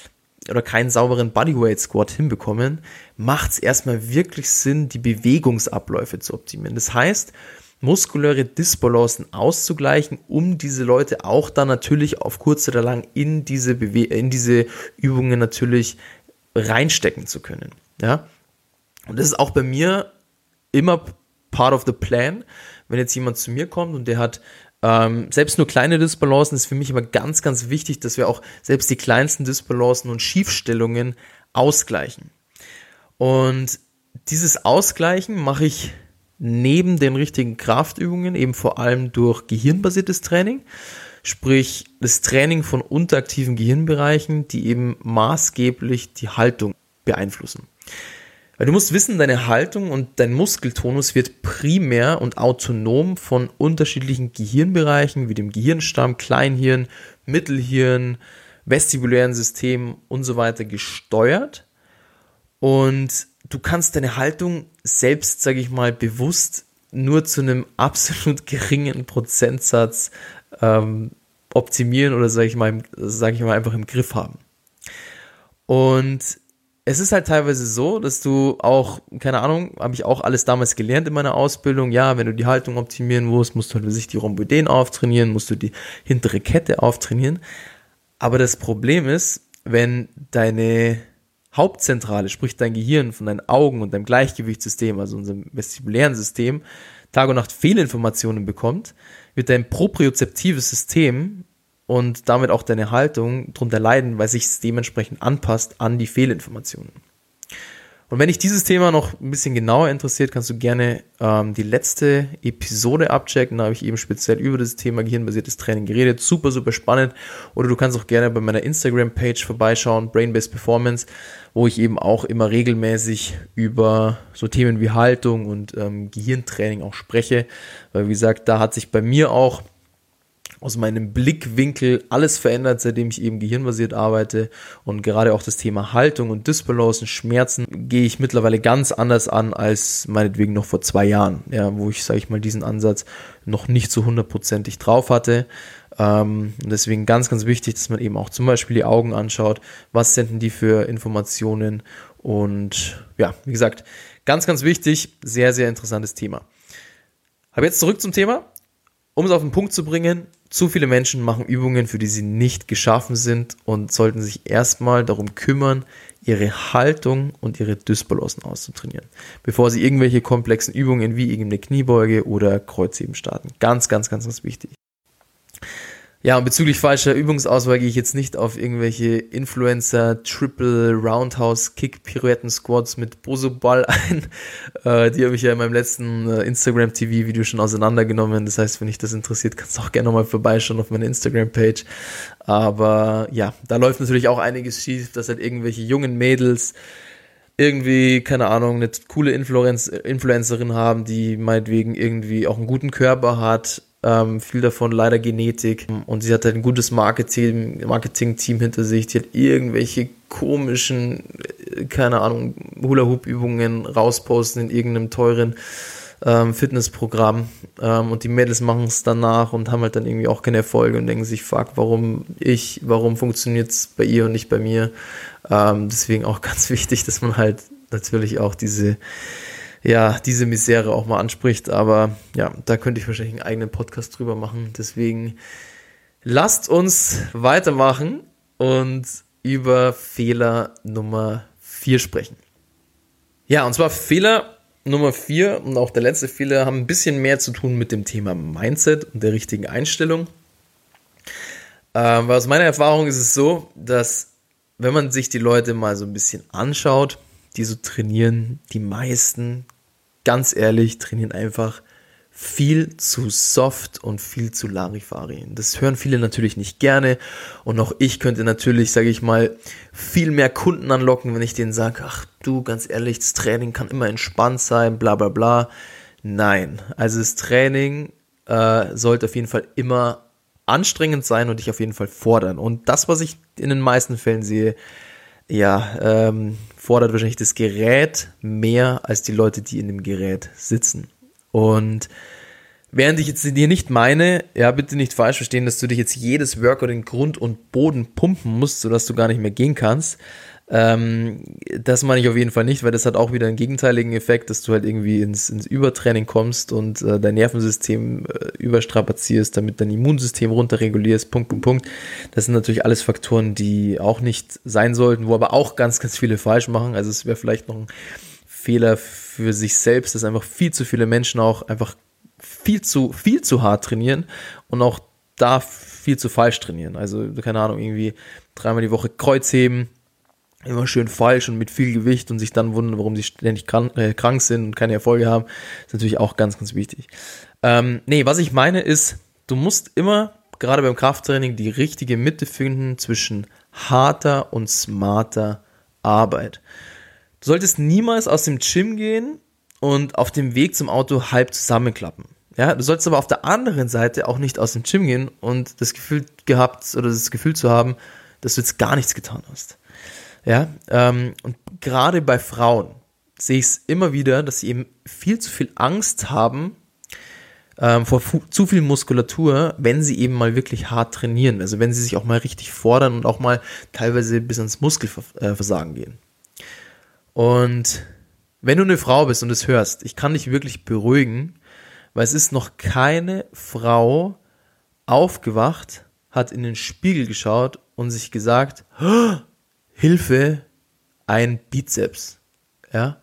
oder keinen sauberen Bodyweight Squat hinbekommen, macht es erstmal wirklich Sinn, die Bewegungsabläufe zu optimieren. Das heißt, muskuläre Disbalancen auszugleichen, um diese Leute auch dann natürlich auf kurz oder lang in diese, Bewe- in diese Übungen natürlich reinstecken zu können. Ja? Und das ist auch bei mir immer part of the plan. Wenn jetzt jemand zu mir kommt und der hat ähm, selbst nur kleine Disbalancen, ist für mich immer ganz, ganz wichtig, dass wir auch selbst die kleinsten Disbalancen und Schiefstellungen ausgleichen. Und dieses Ausgleichen mache ich neben den richtigen Kraftübungen eben vor allem durch gehirnbasiertes Training, sprich das Training von unteraktiven Gehirnbereichen, die eben maßgeblich die Haltung beeinflussen. Weil du musst wissen, deine Haltung und dein Muskeltonus wird primär und autonom von unterschiedlichen Gehirnbereichen wie dem Gehirnstamm, Kleinhirn, Mittelhirn, vestibulären System und so weiter gesteuert. Und du kannst deine Haltung selbst, sage ich mal, bewusst nur zu einem absolut geringen Prozentsatz ähm, optimieren oder, sage ich mal, sage ich mal, einfach im Griff haben. Und es ist halt teilweise so, dass du auch, keine Ahnung, habe ich auch alles damals gelernt in meiner Ausbildung, ja, wenn du die Haltung optimieren musst, musst du halt für sich die Rhomboideen auftrainieren, musst du die hintere Kette auftrainieren. Aber das Problem ist, wenn deine Hauptzentrale, sprich dein Gehirn von deinen Augen und deinem Gleichgewichtssystem, also unserem vestibulären System, Tag und Nacht Fehlinformationen bekommt, wird dein propriozeptives System und damit auch deine Haltung darunter leiden, weil sich es dementsprechend anpasst an die Fehlinformationen. Und wenn dich dieses Thema noch ein bisschen genauer interessiert, kannst du gerne ähm, die letzte Episode abchecken. Da habe ich eben speziell über das Thema gehirnbasiertes Training geredet. Super, super spannend. Oder du kannst auch gerne bei meiner Instagram-Page vorbeischauen, Brain-Based Performance, wo ich eben auch immer regelmäßig über so Themen wie Haltung und ähm, Gehirntraining auch spreche. Weil wie gesagt, da hat sich bei mir auch aus meinem Blickwinkel alles verändert, seitdem ich eben gehirnbasiert arbeite, und gerade auch das Thema Haltung und Disbalancen, Schmerzen gehe ich mittlerweile ganz anders an als meinetwegen noch vor zwei Jahren, ja, wo ich, sage ich mal, diesen Ansatz noch nicht so hundertprozentig drauf hatte. Ähm, deswegen ganz, ganz wichtig, dass man eben auch zum Beispiel die Augen anschaut, was senden die für Informationen, und ja, wie gesagt, ganz, ganz wichtig, sehr, sehr interessantes Thema. Aber jetzt zurück zum Thema. Um es auf den Punkt zu bringen, zu viele Menschen machen Übungen, für die sie nicht geschaffen sind, und sollten sich erstmal darum kümmern, ihre Haltung und ihre Dysbalancen auszutrainieren, bevor sie irgendwelche komplexen Übungen wie irgendeine Kniebeuge oder Kreuzheben starten. Ganz, ganz, ganz, ganz wichtig. Ja, und bezüglich falscher Übungsauswahl gehe ich jetzt nicht auf irgendwelche Influencer, Triple, Roundhouse, Kick, Pirouetten, Squats mit Boso-Ball ein. Äh, die habe ich ja in meinem letzten äh, Instagram-T V-Video schon auseinandergenommen. Das heißt, wenn dich das interessiert, kannst du auch gerne nochmal vorbeischauen auf meiner Instagram-Page. Aber ja, da läuft natürlich auch einiges schief, dass halt irgendwelche jungen Mädels irgendwie, keine Ahnung, eine coole Influenz- Influencerin haben, die meinetwegen irgendwie auch einen guten Körper hat, ähm, viel davon leider Genetik, und sie hat halt ein gutes Marketing, Marketing-Team hinter sich, die hat irgendwelche komischen, keine Ahnung, Hula-Hoop-Übungen rausposten in irgendeinem teuren ähm, Fitnessprogramm, ähm, und die Mädels machen es danach und haben halt dann irgendwie auch keine Erfolge und denken sich, fuck, warum ich, warum funktioniert es bei ihr und nicht bei mir? Ähm, deswegen auch ganz wichtig, dass man halt natürlich auch diese ja, diese Misere auch mal anspricht, aber ja, da könnte ich wahrscheinlich einen eigenen Podcast drüber machen, deswegen lasst uns weitermachen und über Fehler Nummer vier sprechen. Ja, und zwar Fehler Nummer vier und auch der letzte Fehler haben ein bisschen mehr zu tun mit dem Thema Mindset und der richtigen Einstellung. Ähm, aus meiner Erfahrung ist es so, dass wenn man sich die Leute mal so ein bisschen anschaut, die so trainieren, die meisten, ganz ehrlich, trainieren einfach viel zu soft und viel zu Larifari. Das hören viele natürlich nicht gerne, und auch ich könnte natürlich, sage ich mal, viel mehr Kunden anlocken, wenn ich denen sage, ach du, ganz ehrlich, das Training kann immer entspannt sein, bla bla bla. Nein, also das Training äh, sollte auf jeden Fall immer anstrengend sein und dich auf jeden Fall fordern. Und das, was ich in den meisten Fällen sehe, ja, ähm, fordert wahrscheinlich das Gerät mehr als die Leute, die in dem Gerät sitzen. Und Während ich jetzt dir nicht meine, ja, bitte nicht falsch verstehen, dass du dich jetzt jedes Workout in Grund und Boden pumpen musst, sodass du gar nicht mehr gehen kannst. Ähm, das meine ich auf jeden Fall nicht, weil das hat auch wieder einen gegenteiligen Effekt, dass du halt irgendwie ins, ins Übertraining kommst und äh, dein Nervensystem äh, überstrapazierst, damit dein Immunsystem runterregulierst, Punkt, Punkt, Punkt. Das sind natürlich alles Faktoren, die auch nicht sein sollten, wo aber auch ganz, ganz viele falsch machen. Also es wäre vielleicht noch ein Fehler für sich selbst, dass einfach viel zu viele Menschen auch einfach viel zu, viel zu hart trainieren und auch da viel zu falsch trainieren. Also, keine Ahnung, irgendwie dreimal die Woche Kreuzheben, immer schön falsch und mit viel Gewicht und sich dann wundern, warum sie ständig krank, äh, krank sind und keine Erfolge haben, ist natürlich auch ganz, ganz wichtig. Ähm, nee, was ich meine ist, du musst immer, gerade beim Krafttraining, die richtige Mitte finden zwischen harter und smarter Arbeit. Du solltest niemals aus dem Gym gehen und auf dem Weg zum Auto halb zusammenklappen. Ja, du solltest aber auf der anderen Seite auch nicht aus dem Gym gehen und das Gefühl gehabt oder das Gefühl zu haben, dass du jetzt gar nichts getan hast. Ja, ähm, und gerade bei Frauen sehe ich es immer wieder, dass sie eben viel zu viel Angst haben ähm, vor fu- zu viel Muskulatur, wenn sie eben mal wirklich hart trainieren. Also wenn sie sich auch mal richtig fordern und auch mal teilweise bis ans Muskelversagen gehen. Und wenn du eine Frau bist und es hörst, ich kann dich wirklich beruhigen, weil es ist noch keine Frau aufgewacht, hat in den Spiegel geschaut und sich gesagt, oh, Hilfe, ein Bizeps. Ja?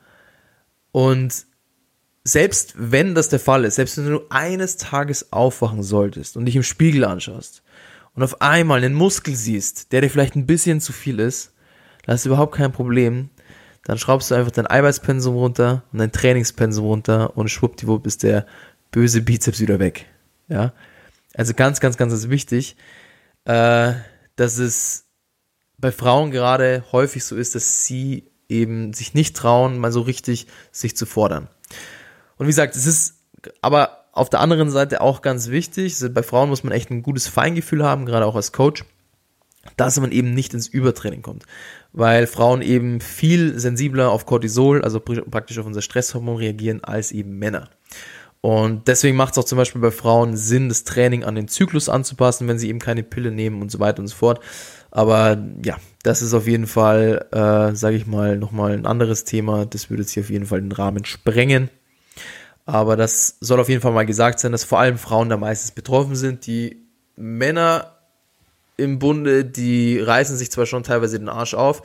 Und selbst wenn das der Fall ist, selbst wenn du eines Tages aufwachen solltest und dich im Spiegel anschaust und auf einmal einen Muskel siehst, der dir vielleicht ein bisschen zu viel ist, dann ist überhaupt kein Problem. Dann schraubst du einfach dein Eiweißpensum runter und dein Trainingspensum runter und schwuppdiwupp ist der böse Bizeps wieder weg. Ja? Also ganz, ganz, ganz, ganz wichtig, äh, dass es bei Frauen gerade häufig so ist, dass sie eben sich nicht trauen, mal so richtig sich zu fordern. Und wie gesagt, es ist aber auf der anderen Seite auch ganz wichtig, also bei Frauen muss man echt ein gutes Feingefühl haben, gerade auch als Coach, dass man eben nicht ins Übertraining kommt, weil Frauen eben viel sensibler auf Cortisol, also praktisch auf unser Stresshormon reagieren, als eben Männer. Und deswegen macht es auch zum Beispiel bei Frauen Sinn, das Training an den Zyklus anzupassen, wenn sie eben keine Pille nehmen und so weiter und so fort. Aber ja, das ist auf jeden Fall, äh, sage ich mal, nochmal ein anderes Thema. Das würde jetzt hier auf jeden Fall den Rahmen sprengen. Aber das soll auf jeden Fall mal gesagt sein, dass vor allem Frauen da meistens betroffen sind. Die Männer im Bunde, die reißen sich zwar schon teilweise den Arsch auf,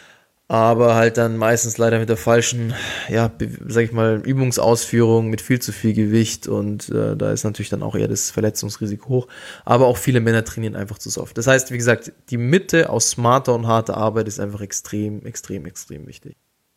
aber halt dann meistens leider mit der falschen, ja, sag ich mal, Übungsausführung, mit viel zu viel Gewicht und äh, da ist natürlich dann auch eher das Verletzungsrisiko hoch. Aber auch viele Männer trainieren einfach zu soft. Das heißt, wie gesagt, die Mitte aus smarter und harter Arbeit ist einfach extrem, extrem, extrem wichtig.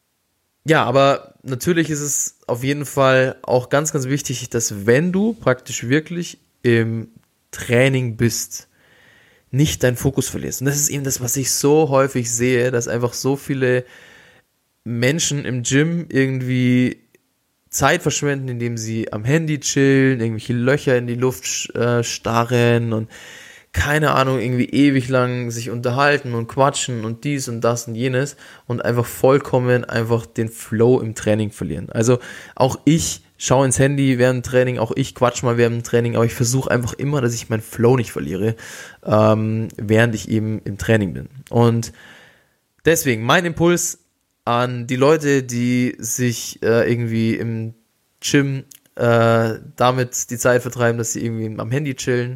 Ja, aber natürlich ist es auf jeden Fall auch ganz, ganz wichtig, dass wenn du praktisch wirklich im Training bist, nicht deinen Fokus verlierst. Und das ist eben das, was ich so häufig sehe, dass einfach so viele Menschen im Gym irgendwie Zeit verschwenden, indem sie am Handy chillen, irgendwelche Löcher in die Luft äh, starren und keine Ahnung, irgendwie ewig lang sich unterhalten und quatschen und dies und das und jenes und einfach vollkommen einfach den Flow im Training verlieren. Also auch ich schaue ins Handy während dem Training, auch ich quatsch mal während dem Training, aber ich versuche einfach immer, dass ich meinen Flow nicht verliere, ähm, während ich eben im Training bin. Und deswegen mein Impuls an die Leute, die sich äh, irgendwie im Gym äh, damit die Zeit vertreiben, dass sie irgendwie am Handy chillen: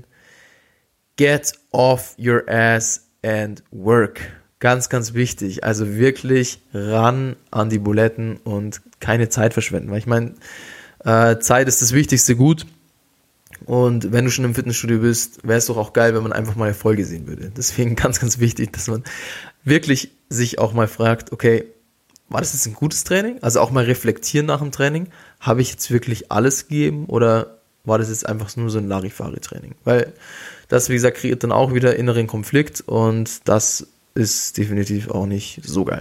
Get off your ass and work. Ganz, ganz wichtig. Also wirklich ran an die Buletten und keine Zeit verschwenden. Weil ich meine, äh, Zeit ist das wichtigste Gut. Und wenn du schon im Fitnessstudio bist, wäre es doch auch geil, wenn man einfach mal Erfolge sehen würde. Deswegen ganz, ganz wichtig, dass man wirklich sich auch mal fragt, okay, war das jetzt ein gutes Training? Also auch mal reflektieren nach dem Training. Habe ich jetzt wirklich alles gegeben oder war das jetzt einfach nur so ein Larifari-Training? Weil das, wie gesagt, kreiert dann auch wieder inneren Konflikt und das ist definitiv auch nicht so geil.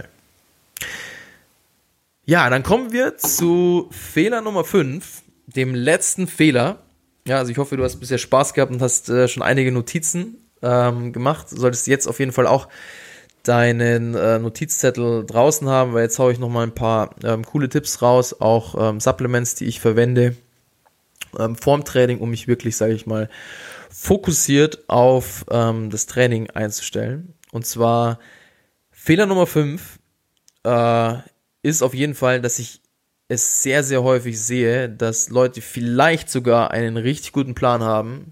Ja, dann kommen wir zu Fehler Nummer fünf, dem letzten Fehler. Ja, also ich hoffe, du hast bisher Spaß gehabt und hast äh, schon einige Notizen ähm, gemacht. Du solltest jetzt auf jeden Fall auch deinen äh, Notizzettel draußen haben, weil jetzt haue ich nochmal ein paar ähm, coole Tipps raus, auch ähm, Supplements, die ich verwende. ähm, vorm Training, um mich wirklich, sage ich mal, fokussiert auf ähm, das Training einzustellen. Und zwar Fehler Nummer fünf äh, ist auf jeden Fall, dass ich es sehr, sehr häufig sehe, dass Leute vielleicht sogar einen richtig guten Plan haben,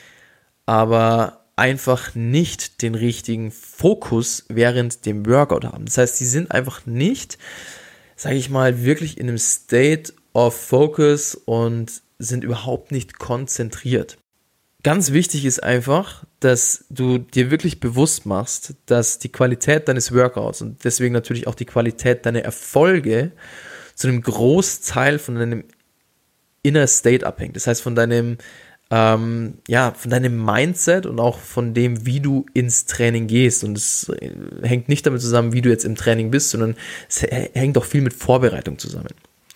aber einfach nicht den richtigen Fokus während dem Workout haben. Das heißt, sie sind einfach nicht, sage ich mal, wirklich in einem State of Focus und sind überhaupt nicht konzentriert. Ganz wichtig ist einfach, dass du dir wirklich bewusst machst, dass die Qualität deines Workouts und deswegen natürlich auch die Qualität deiner Erfolge zu einem Großteil von deinem Inner State abhängt. Das heißt, von deinem, ähm, ja, von deinem Mindset und auch von dem, wie du ins Training gehst. Und es hängt nicht damit zusammen, wie du jetzt im Training bist, sondern es hängt auch viel mit Vorbereitung zusammen.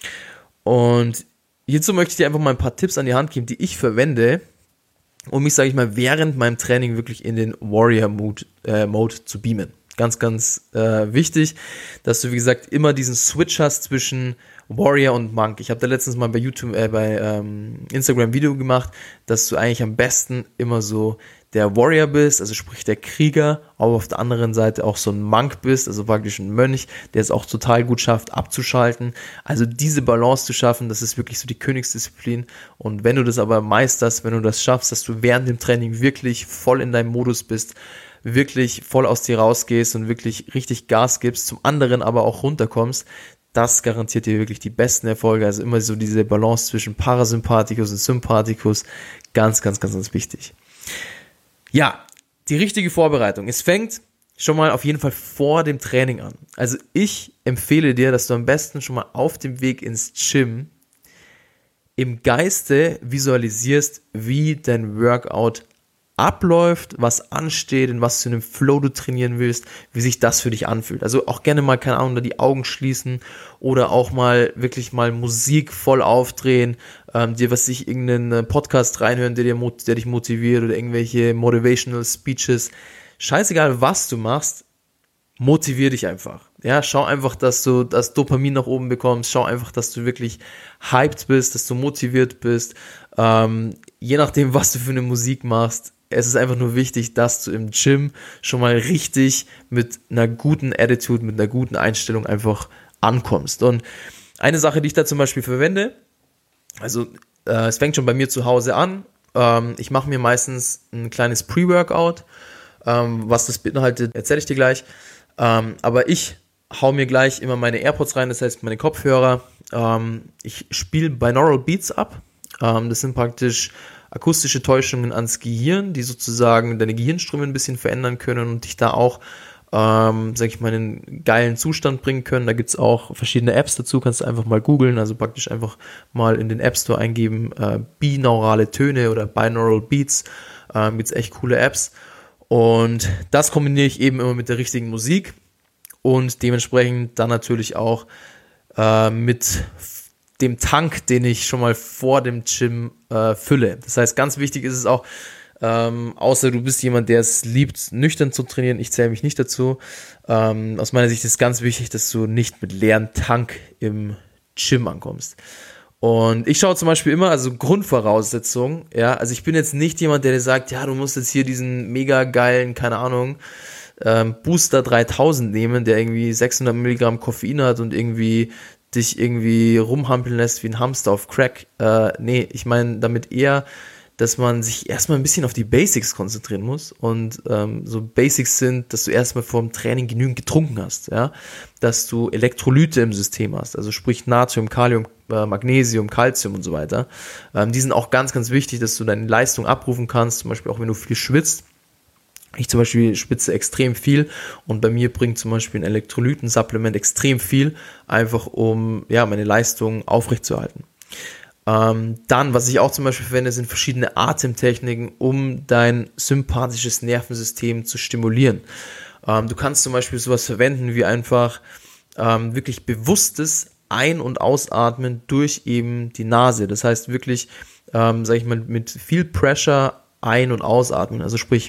Und hierzu möchte ich dir einfach mal ein paar Tipps an die Hand geben, die ich verwende, um mich, sage ich mal, während meinem Training wirklich in den Warrior-Mode äh, Mode zu beamen. Ganz, ganz äh, wichtig, dass du, wie gesagt, immer diesen Switch hast zwischen Warrior und Monk. Ich habe da letztens mal bei YouTube, äh, bei ähm, Instagram ein Video gemacht, dass du eigentlich am besten immer so der Warrior bist, also sprich der Krieger, aber auf der anderen Seite auch so ein Monk bist, also praktisch ein Mönch, der es auch total gut schafft, abzuschalten. Also diese Balance zu schaffen, das ist wirklich so die Königsdisziplin. Und wenn du das aber meisterst, wenn du das schaffst, dass du während dem Training wirklich voll in deinem Modus bist, wirklich voll aus dir rausgehst und wirklich richtig Gas gibst, zum anderen aber auch runterkommst, das garantiert dir wirklich die besten Erfolge. Also immer so diese Balance zwischen Parasympathikus und Sympathikus, ganz, ganz, ganz, ganz wichtig. Ja, die richtige Vorbereitung. Es fängt schon mal auf jeden Fall vor dem Training an. Also ich empfehle dir, dass du am besten schon mal auf dem Weg ins Gym im Geiste visualisierst, wie dein Workout abläuft, was ansteht, in was für einem Flow du trainieren willst, wie sich das für dich anfühlt. Also auch gerne mal, keine Ahnung, da die Augen schließen oder auch mal wirklich mal Musik voll aufdrehen, ähm, dir was sich irgendeinen Podcast reinhören, der, dir, der dich motiviert oder irgendwelche Motivational Speeches. Scheißegal, was du machst, motivier dich einfach. Ja, schau einfach, dass du das Dopamin nach oben bekommst. Schau einfach, dass du wirklich hyped bist, dass du motiviert bist. Ähm, je nachdem, was du für eine Musik machst, es ist einfach nur wichtig, dass du im Gym schon mal richtig mit einer guten Attitude, mit einer guten Einstellung einfach ankommst. Und eine Sache, die ich da zum Beispiel verwende, also äh, es fängt schon bei mir zu Hause an. Ähm, ich mache mir meistens ein kleines Pre-Workout. Ähm, was das beinhaltet, erzähle ich dir gleich. Ähm, aber ich hau mir gleich immer meine AirPods rein, das heißt meine Kopfhörer. Ähm, ich spiele Binaural Beats ab. Ähm, das sind praktisch akustische Täuschungen ans Gehirn, die sozusagen deine Gehirnströme ein bisschen verändern können und dich da auch, ähm, sag ich mal, in einen geilen Zustand bringen können. Da gibt es auch verschiedene Apps dazu, kannst du einfach mal googeln, also praktisch einfach mal in den App Store eingeben, äh, binaurale Töne oder Binaural Beats. Ähm, gibt es echt coole Apps. Und das kombiniere ich eben immer mit der richtigen Musik und dementsprechend dann natürlich auch äh, mit dem Tank, den ich schon mal vor dem Gym äh, fülle. Das heißt, ganz wichtig ist es auch, ähm, außer du bist jemand, der es liebt, nüchtern zu trainieren, ich zähle mich nicht dazu, ähm, aus meiner Sicht ist ganz wichtig, dass du nicht mit leeren Tank im Gym ankommst. Und ich schaue zum Beispiel immer, also Grundvoraussetzung, ja, also ich bin jetzt nicht jemand, der dir sagt, ja, du musst jetzt hier diesen mega geilen, keine Ahnung, ähm, Booster dreitausend nehmen, der irgendwie sechshundert Milligramm Koffein hat und irgendwie dich irgendwie rumhampeln lässt wie ein Hamster auf Crack. Äh, nee, ich meine damit eher, dass man sich erstmal ein bisschen auf die Basics konzentrieren muss und ähm, so Basics sind, dass du erstmal vor dem Training genügend getrunken hast, ja, dass du Elektrolyte im System hast, also sprich Natrium, Kalium, äh, Magnesium, Calcium und so weiter. Ähm, die sind auch ganz, ganz wichtig, dass du deine Leistung abrufen kannst, zum Beispiel auch wenn du viel schwitzt. Ich zum Beispiel schwitze extrem viel und bei mir bringt zum Beispiel ein Elektrolytensupplement extrem viel, einfach um ja meine Leistung aufrechtzuerhalten. Ähm, dann, was ich auch zum Beispiel verwende, sind verschiedene Atemtechniken, um dein sympathisches Nervensystem zu stimulieren. Ähm, du kannst zum Beispiel sowas verwenden wie einfach ähm, wirklich bewusstes Ein- und Ausatmen durch eben die Nase. Das heißt wirklich, ähm, sag ich mal, mit viel Pressure ein- und ausatmen. Also sprich,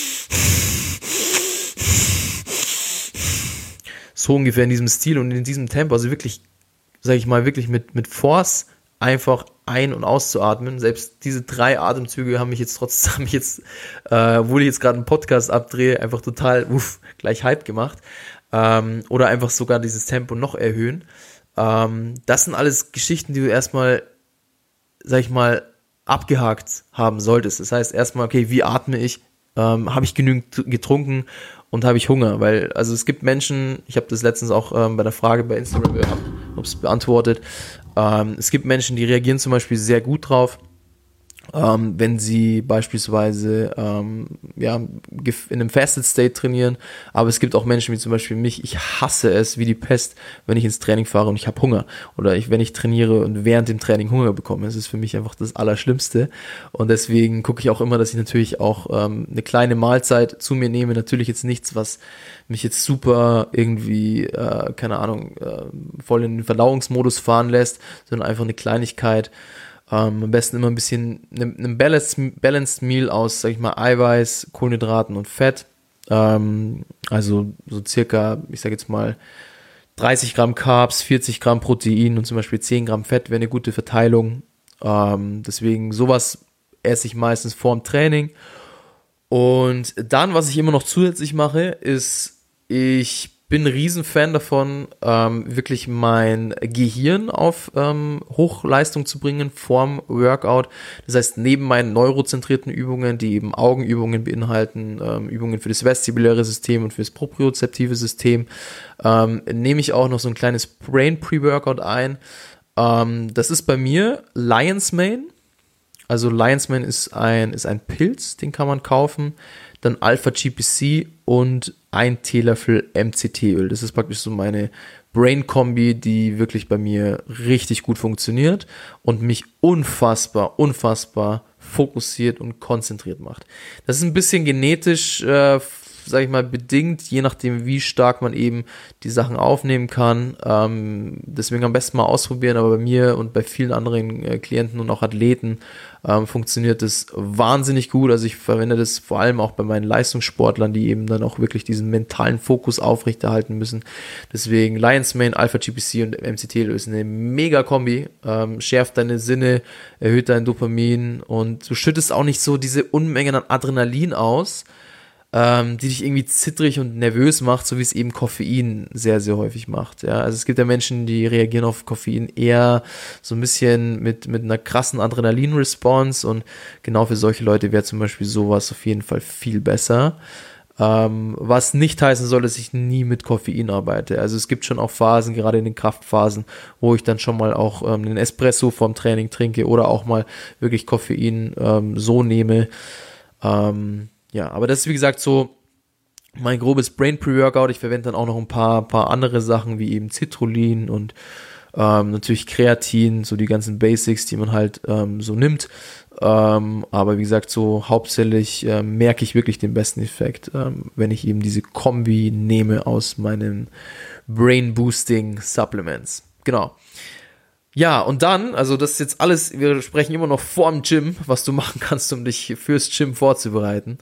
so ungefähr in diesem Stil und in diesem Tempo. Also wirklich, sag ich mal, wirklich mit, mit Force einfach ein- und auszuatmen. Selbst diese drei Atemzüge haben mich jetzt trotzdem, haben mich jetzt, äh, obwohl ich jetzt gerade einen Podcast abdrehe, einfach total, uff, gleich Hype gemacht. Ähm, oder einfach sogar dieses Tempo noch erhöhen. Ähm, das sind alles Geschichten, die du erstmal, sag ich mal, abgehakt haben solltest. Das heißt erstmal, okay, wie atme ich? Ähm, habe ich genügend getrunken und habe ich Hunger? Weil, also es gibt Menschen, ich habe das letztens auch ähm, bei der Frage bei Instagram gehabt, habe es beantwortet, ähm, es gibt Menschen, die reagieren zum Beispiel sehr gut drauf, ähm, wenn sie beispielsweise ähm, ja, in einem Fasted State trainieren, aber es gibt auch Menschen wie zum Beispiel mich, ich hasse es wie die Pest, wenn ich ins Training fahre und ich habe Hunger oder ich, wenn ich trainiere und während dem Training Hunger bekomme. Das ist für mich einfach das Allerschlimmste und deswegen gucke ich auch immer, dass ich natürlich auch ähm, eine kleine Mahlzeit zu mir nehme, natürlich jetzt nichts, was mich jetzt super irgendwie, äh, keine Ahnung, äh, voll in den Verdauungsmodus fahren lässt, sondern einfach eine Kleinigkeit. Ähm, am besten immer ein bisschen einen ne Balanced, Balanced Meal aus, sag ich mal, Eiweiß, Kohlenhydraten und Fett. Ähm, also so circa, ich sag jetzt mal, dreißig Gramm Carbs, vierzig Gramm Protein und zum Beispiel zehn Gramm Fett wäre eine gute Verteilung. Ähm, deswegen sowas esse ich meistens vorm Training. Und dann, was ich immer noch zusätzlich mache, ist, ich bin ein Riesenfan davon, ähm, wirklich mein Gehirn auf ähm, Hochleistung zu bringen vorm Workout. Das heißt, neben meinen neurozentrierten Übungen, die eben Augenübungen beinhalten, ähm, Übungen für das vestibuläre System und für das propriozeptive System, ähm, nehme ich auch noch so ein kleines Brain Pre-Workout ein. Ähm, das ist bei mir Lion's Mane. Also Lion's Mane ist ein, ist ein Pilz, den kann man kaufen. Dann Alpha-G P C und ein Teelöffel M C T-Öl. Das ist praktisch so meine Brain-Kombi, die wirklich bei mir richtig gut funktioniert und mich unfassbar, unfassbar fokussiert und konzentriert macht. Das ist ein bisschen genetisch, äh, sag ich mal, bedingt, je nachdem, wie stark man eben die Sachen aufnehmen kann. Ähm, deswegen am besten mal ausprobieren, aber bei mir und bei vielen anderen äh, Klienten und auch Athleten ähm, funktioniert das wahnsinnig gut. Also ich verwende das vor allem auch bei meinen Leistungssportlern, die eben dann auch wirklich diesen mentalen Fokus aufrechterhalten müssen. Deswegen Lion's Mane, Alpha-G P C und M C T ist eine mega Kombi, ähm, schärft deine Sinne, erhöht dein Dopamin und du schüttest auch nicht so diese Unmengen an Adrenalin aus, ähm, die dich irgendwie zittrig und nervös macht, so wie es eben Koffein sehr, sehr häufig macht. Ja, also es gibt ja Menschen, die reagieren auf Koffein eher so ein bisschen mit, mit einer krassen Adrenalin-Response und genau für solche Leute wäre zum Beispiel sowas auf jeden Fall viel besser. Ähm, was nicht heißen soll, dass ich nie mit Koffein arbeite. Also es gibt schon auch Phasen, gerade in den Kraftphasen, wo ich dann schon mal auch ähm, einen Espresso vorm Training trinke oder auch mal wirklich Koffein ähm, so nehme. Ähm, Ja, aber das ist wie gesagt so mein grobes Brain Pre-Workout. Ich verwende dann auch noch ein paar, paar andere Sachen wie eben Citrullin und ähm, natürlich Kreatin, so die ganzen Basics, die man halt ähm, so nimmt. Ähm, aber wie gesagt, so hauptsächlich ähm, merke ich wirklich den besten Effekt, ähm, wenn ich eben diese Kombi nehme aus meinen Brain Boosting Supplements. Genau. Ja, und dann, also das ist jetzt alles, wir sprechen immer noch vorm Gym, was du machen kannst, um dich fürs Gym vorzubereiten.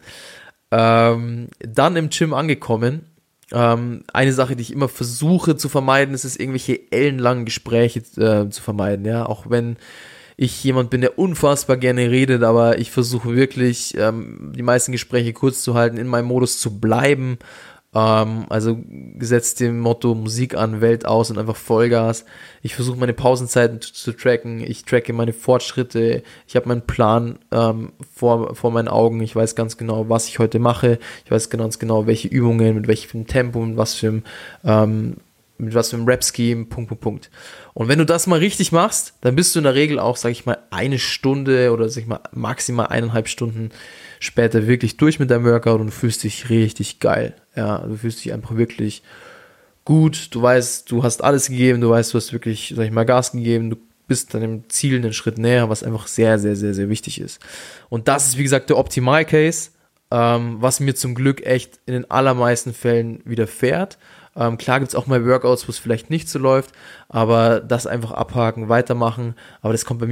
Ähm, dann im Gym angekommen, ähm, eine Sache, die ich immer versuche zu vermeiden, ist es, irgendwelche ellenlangen Gespräche äh, zu vermeiden, ja, auch wenn ich jemand bin, der unfassbar gerne redet, aber ich versuche wirklich, ähm, die meisten Gespräche kurz zu halten, in meinem Modus zu bleiben. Ähm, also gesetzt dem Motto Musik an, Welt aus und einfach Vollgas. Ich versuche meine Pausenzeiten zu, zu tracken, ich tracke meine Fortschritte, ich habe meinen Plan ähm, vor, vor meinen Augen, ich weiß ganz genau, was ich heute mache, ich weiß ganz genau, welche Übungen, mit welchem Tempo, mit was für einem, ähm, mit was für einem Rap-Scheme, Punkt, Punkt, Punkt. Und wenn du das mal richtig machst, dann bist du in der Regel auch, sag ich mal, eine Stunde oder sag ich mal maximal eineinhalb Stunden später wirklich durch mit deinem Workout und du fühlst dich richtig geil. Ja, du fühlst dich einfach wirklich gut. Du weißt, du hast alles gegeben, du weißt, du hast wirklich, sag ich mal, Gas gegeben, du bist deinem Ziel einen Schritt näher, was einfach sehr, sehr, sehr, sehr wichtig ist. Und das ist, wie gesagt, der Optimal-Case, ähm, was mir zum Glück echt in den allermeisten Fällen widerfährt. Ähm, klar gibt es auch mal Workouts, wo es vielleicht nicht so läuft, aber das einfach abhaken, weitermachen. Aber das kommt bei mir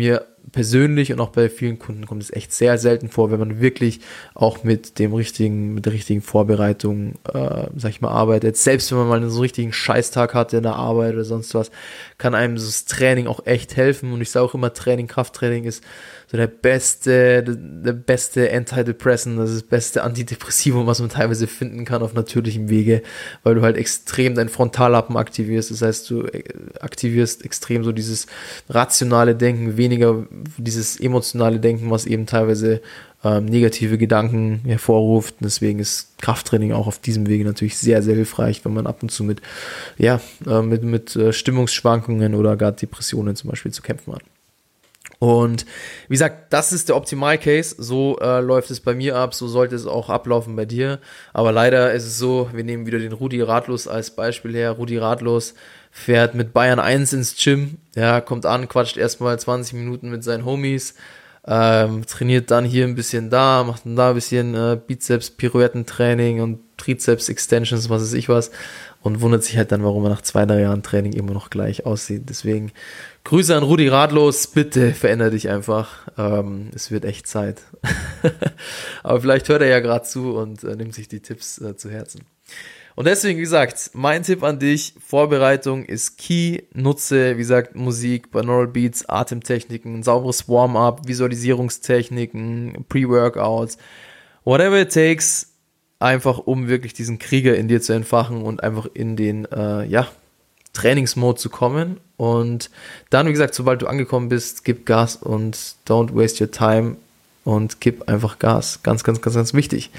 persönlich und auch bei vielen Kunden kommt es echt sehr selten vor, wenn man wirklich auch mit dem richtigen, mit der richtigen Vorbereitung, äh, sag ich mal, arbeitet. Selbst wenn man mal einen so richtigen Scheißtag hatte in der Arbeit oder sonst was, kann einem das Training auch echt helfen. Und ich sage auch immer, Training, Krafttraining ist so der beste, der beste Antidepressant, das ist das beste Antidepressivum, was man teilweise finden kann auf natürlichem Wege, weil du halt extrem deinen Frontallappen aktivierst. Das heißt, du aktivierst extrem so dieses rationale Denken, weniger dieses emotionale Denken, was eben teilweise ähm, negative Gedanken hervorruft. Und deswegen ist Krafttraining auch auf diesem Wege natürlich sehr, sehr hilfreich, wenn man ab und zu mit, ja, äh, mit, mit äh, Stimmungsschwankungen oder gar Depressionen zum Beispiel zu kämpfen hat. Und wie gesagt, das ist der Optimal-Case, so äh, läuft es bei mir ab, so sollte es auch ablaufen bei dir, aber leider ist es so, wir nehmen wieder den Rudi Ratlos als Beispiel her. Rudi Ratlos fährt mit Bayern eins ins Gym, ja, kommt an, quatscht erstmal zwanzig Minuten mit seinen Homies, ähm, trainiert dann hier ein bisschen da, macht dann da ein bisschen äh, Bizeps-Pirouettentraining und Trizeps-Extensions, was weiß ich was, und wundert sich halt dann, warum er nach zwei, drei Jahren Training immer noch gleich aussieht. Deswegen Grüße an Rudi Ratlos, bitte veränder dich einfach. Ähm, es wird echt Zeit. Aber vielleicht hört er ja gerade zu und äh, nimmt sich die Tipps äh, zu Herzen. Und deswegen, wie gesagt, mein Tipp an dich, Vorbereitung ist key. Nutze, wie gesagt, Musik, Binaural Beats, Atemtechniken, sauberes Warm-up, Visualisierungstechniken, Pre-Workouts, whatever it takes, einfach um wirklich diesen Krieger in dir zu entfachen und einfach in den, äh, ja, Trainingsmode zu kommen. Und dann, wie gesagt, sobald du angekommen bist, gib Gas und don't waste your time und gib einfach Gas. Ganz, ganz, ganz, ganz wichtig.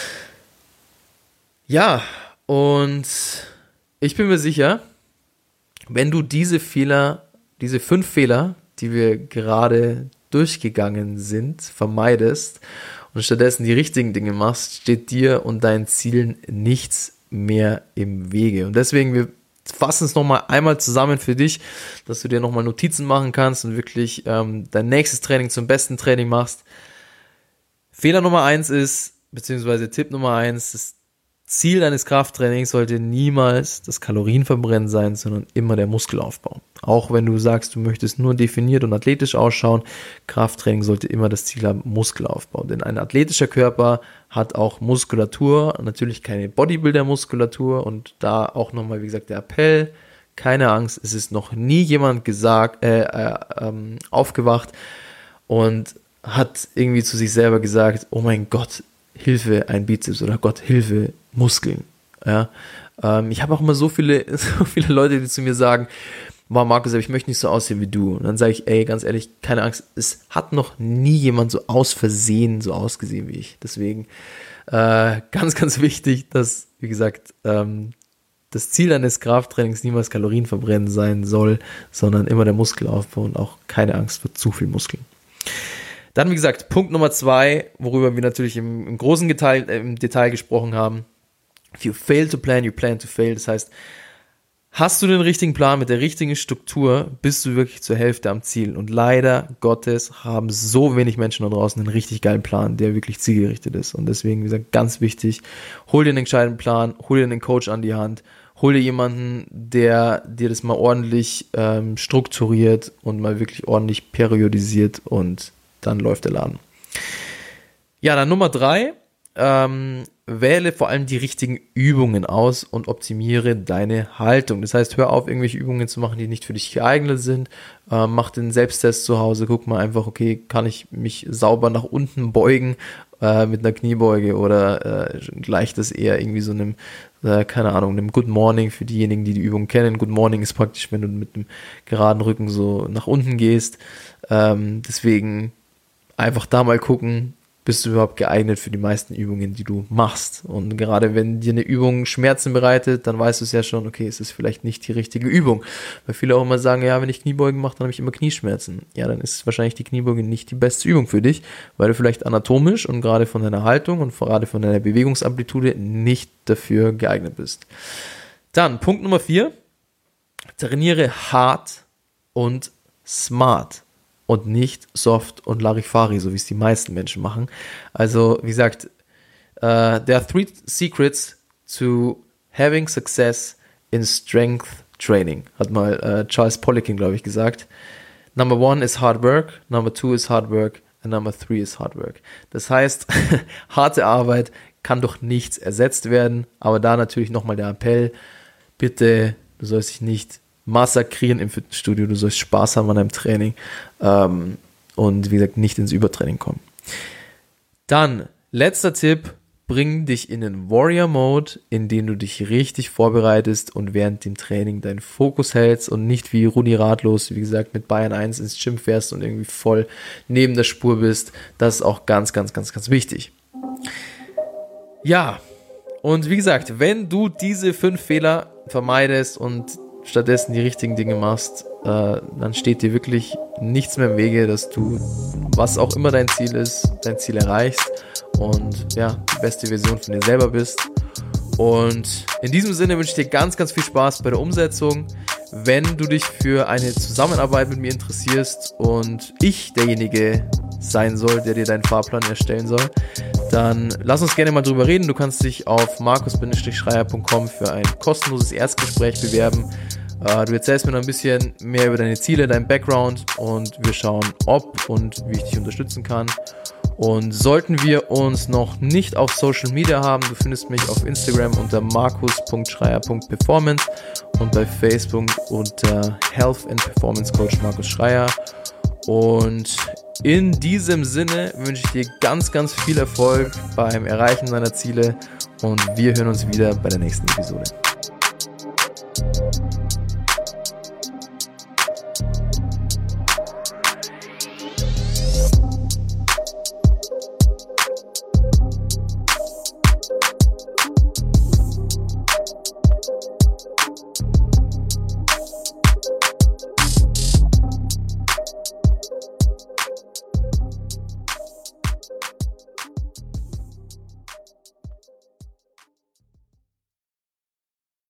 Ja, und ich bin mir sicher, wenn du diese Fehler, diese fünf Fehler, die wir gerade durchgegangen sind, vermeidest und stattdessen die richtigen Dinge machst, steht dir und deinen Zielen nichts mehr im Wege. Und deswegen, wir fassen es nochmal einmal zusammen für dich, dass du dir nochmal Notizen machen kannst und wirklich ähm, dein nächstes Training zum besten Training machst. Fehler Nummer eins ist, beziehungsweise Tipp Nummer eins, das Ziel deines Krafttrainings sollte niemals das Kalorienverbrennen sein, sondern immer der Muskelaufbau. Auch wenn du sagst, du möchtest nur definiert und athletisch ausschauen, Krafttraining sollte immer das Ziel haben, Muskelaufbau. Denn ein athletischer Körper hat auch Muskulatur, natürlich keine Bodybuilder-Muskulatur, und da auch nochmal, wie gesagt, der Appell, keine Angst, es ist noch nie jemand gesagt, äh, äh, ähm, aufgewacht und hat irgendwie zu sich selber gesagt, oh mein Gott, Hilfe, ein Bizeps, oder Gott, Hilfe, Muskeln. Ja, ähm, ich habe auch immer so viele, so viele Leute, die zu mir sagen, wow, Markus, ich möchte nicht so aussehen wie du. Und dann sage ich, ey, ganz ehrlich, keine Angst, es hat noch nie jemand so aus Versehen so ausgesehen wie ich. Deswegen äh, ganz, ganz wichtig, dass, wie gesagt, ähm, das Ziel eines Krafttrainings niemals Kalorienverbrennen sein soll, sondern immer der Muskelaufbau und auch keine Angst vor zu viel Muskeln. Dann, wie gesagt, Punkt Nummer zwei, worüber wir natürlich im, im großen Detail, äh, im Detail gesprochen haben. If you fail to plan, you plan to fail. Das heißt, hast du den richtigen Plan mit der richtigen Struktur, bist du wirklich zur Hälfte am Ziel. Und leider Gottes haben so wenig Menschen da draußen einen richtig geilen Plan, der wirklich zielgerichtet ist. Und deswegen, wie gesagt, ganz wichtig, hol dir einen gescheiten Plan, hol dir einen Coach an die Hand, hol dir jemanden, der dir das mal ordentlich ähm, strukturiert und mal wirklich ordentlich periodisiert, und dann läuft der Laden. Ja, dann Nummer drei, ähm, wähle vor allem die richtigen Übungen aus und optimiere deine Haltung. Das heißt, hör auf, irgendwelche Übungen zu machen, die nicht für dich geeignet sind. Ähm, mach den Selbsttest zu Hause, guck mal einfach, okay, kann ich mich sauber nach unten beugen äh, mit einer Kniebeuge, oder äh, gleicht das eher irgendwie so einem, äh, keine Ahnung, einem Good Morning für diejenigen, die die Übung kennen. Good Morning ist praktisch, wenn du mit einem geraden Rücken so nach unten gehst. Ähm, deswegen einfach da mal gucken, bist du überhaupt geeignet für die meisten Übungen, die du machst. Und gerade wenn dir eine Übung Schmerzen bereitet, dann weißt du es ja schon, okay, es ist vielleicht nicht die richtige Übung. Weil viele auch immer sagen, ja, wenn ich Kniebeugen mache, dann habe ich immer Knieschmerzen. Ja, dann ist wahrscheinlich die Kniebeuge nicht die beste Übung für dich, weil du vielleicht anatomisch und gerade von deiner Haltung und gerade von deiner Bewegungsamplitude nicht dafür geeignet bist. Dann, Punkt Nummer vier, trainiere hart und smart. Und nicht soft und Larifari, so wie es die meisten Menschen machen. Also, wie gesagt, uh, there are three secrets to having success in strength training, hat mal uh, Charles Poliquin, glaube ich, gesagt. Number one is hard work, number two is hard work, and number three is hard work. Das heißt, harte Arbeit kann durch nichts ersetzt werden, aber da natürlich nochmal der Appell, bitte, du sollst dich nicht massakrieren im Fitnessstudio, du sollst Spaß haben an deinem Training ähm, und wie gesagt, nicht ins Übertraining kommen. Dann, letzter Tipp, bring dich in den Warrior-Mode, in dem du dich richtig vorbereitest und während dem Training deinen Fokus hältst und nicht wie Rudi Ratlos, wie gesagt, mit Bayern eins ins Gym fährst und irgendwie voll neben der Spur bist. Das ist auch ganz, ganz, ganz, ganz wichtig. Ja, und wie gesagt, wenn du diese fünf Fehler vermeidest und stattdessen die richtigen Dinge machst, äh, dann steht dir wirklich nichts mehr im Wege, dass du, was auch immer dein Ziel ist, dein Ziel erreichst und ja, die beste Version von dir selber bist. Und in diesem Sinne wünsche ich dir ganz, ganz viel Spaß bei der Umsetzung. Wenn du dich für eine Zusammenarbeit mit mir interessierst und ich derjenige sein soll, der dir deinen Fahrplan erstellen soll, dann lass uns gerne mal drüber reden. Du kannst dich auf markus schreier punkt com für ein kostenloses Erstgespräch bewerben. Du erzählst mir noch ein bisschen mehr über deine Ziele, deinen Background und wir schauen, ob und wie ich dich unterstützen kann. Und sollten wir uns noch nicht auf Social Media haben, du findest mich auf Instagram unter markus punkt schreier punkt performance und bei Facebook unter Health and Performance Coach Markus Schreier. Und in diesem Sinne wünsche ich dir ganz, ganz viel Erfolg beim Erreichen deiner Ziele und wir hören uns wieder bei der nächsten Episode.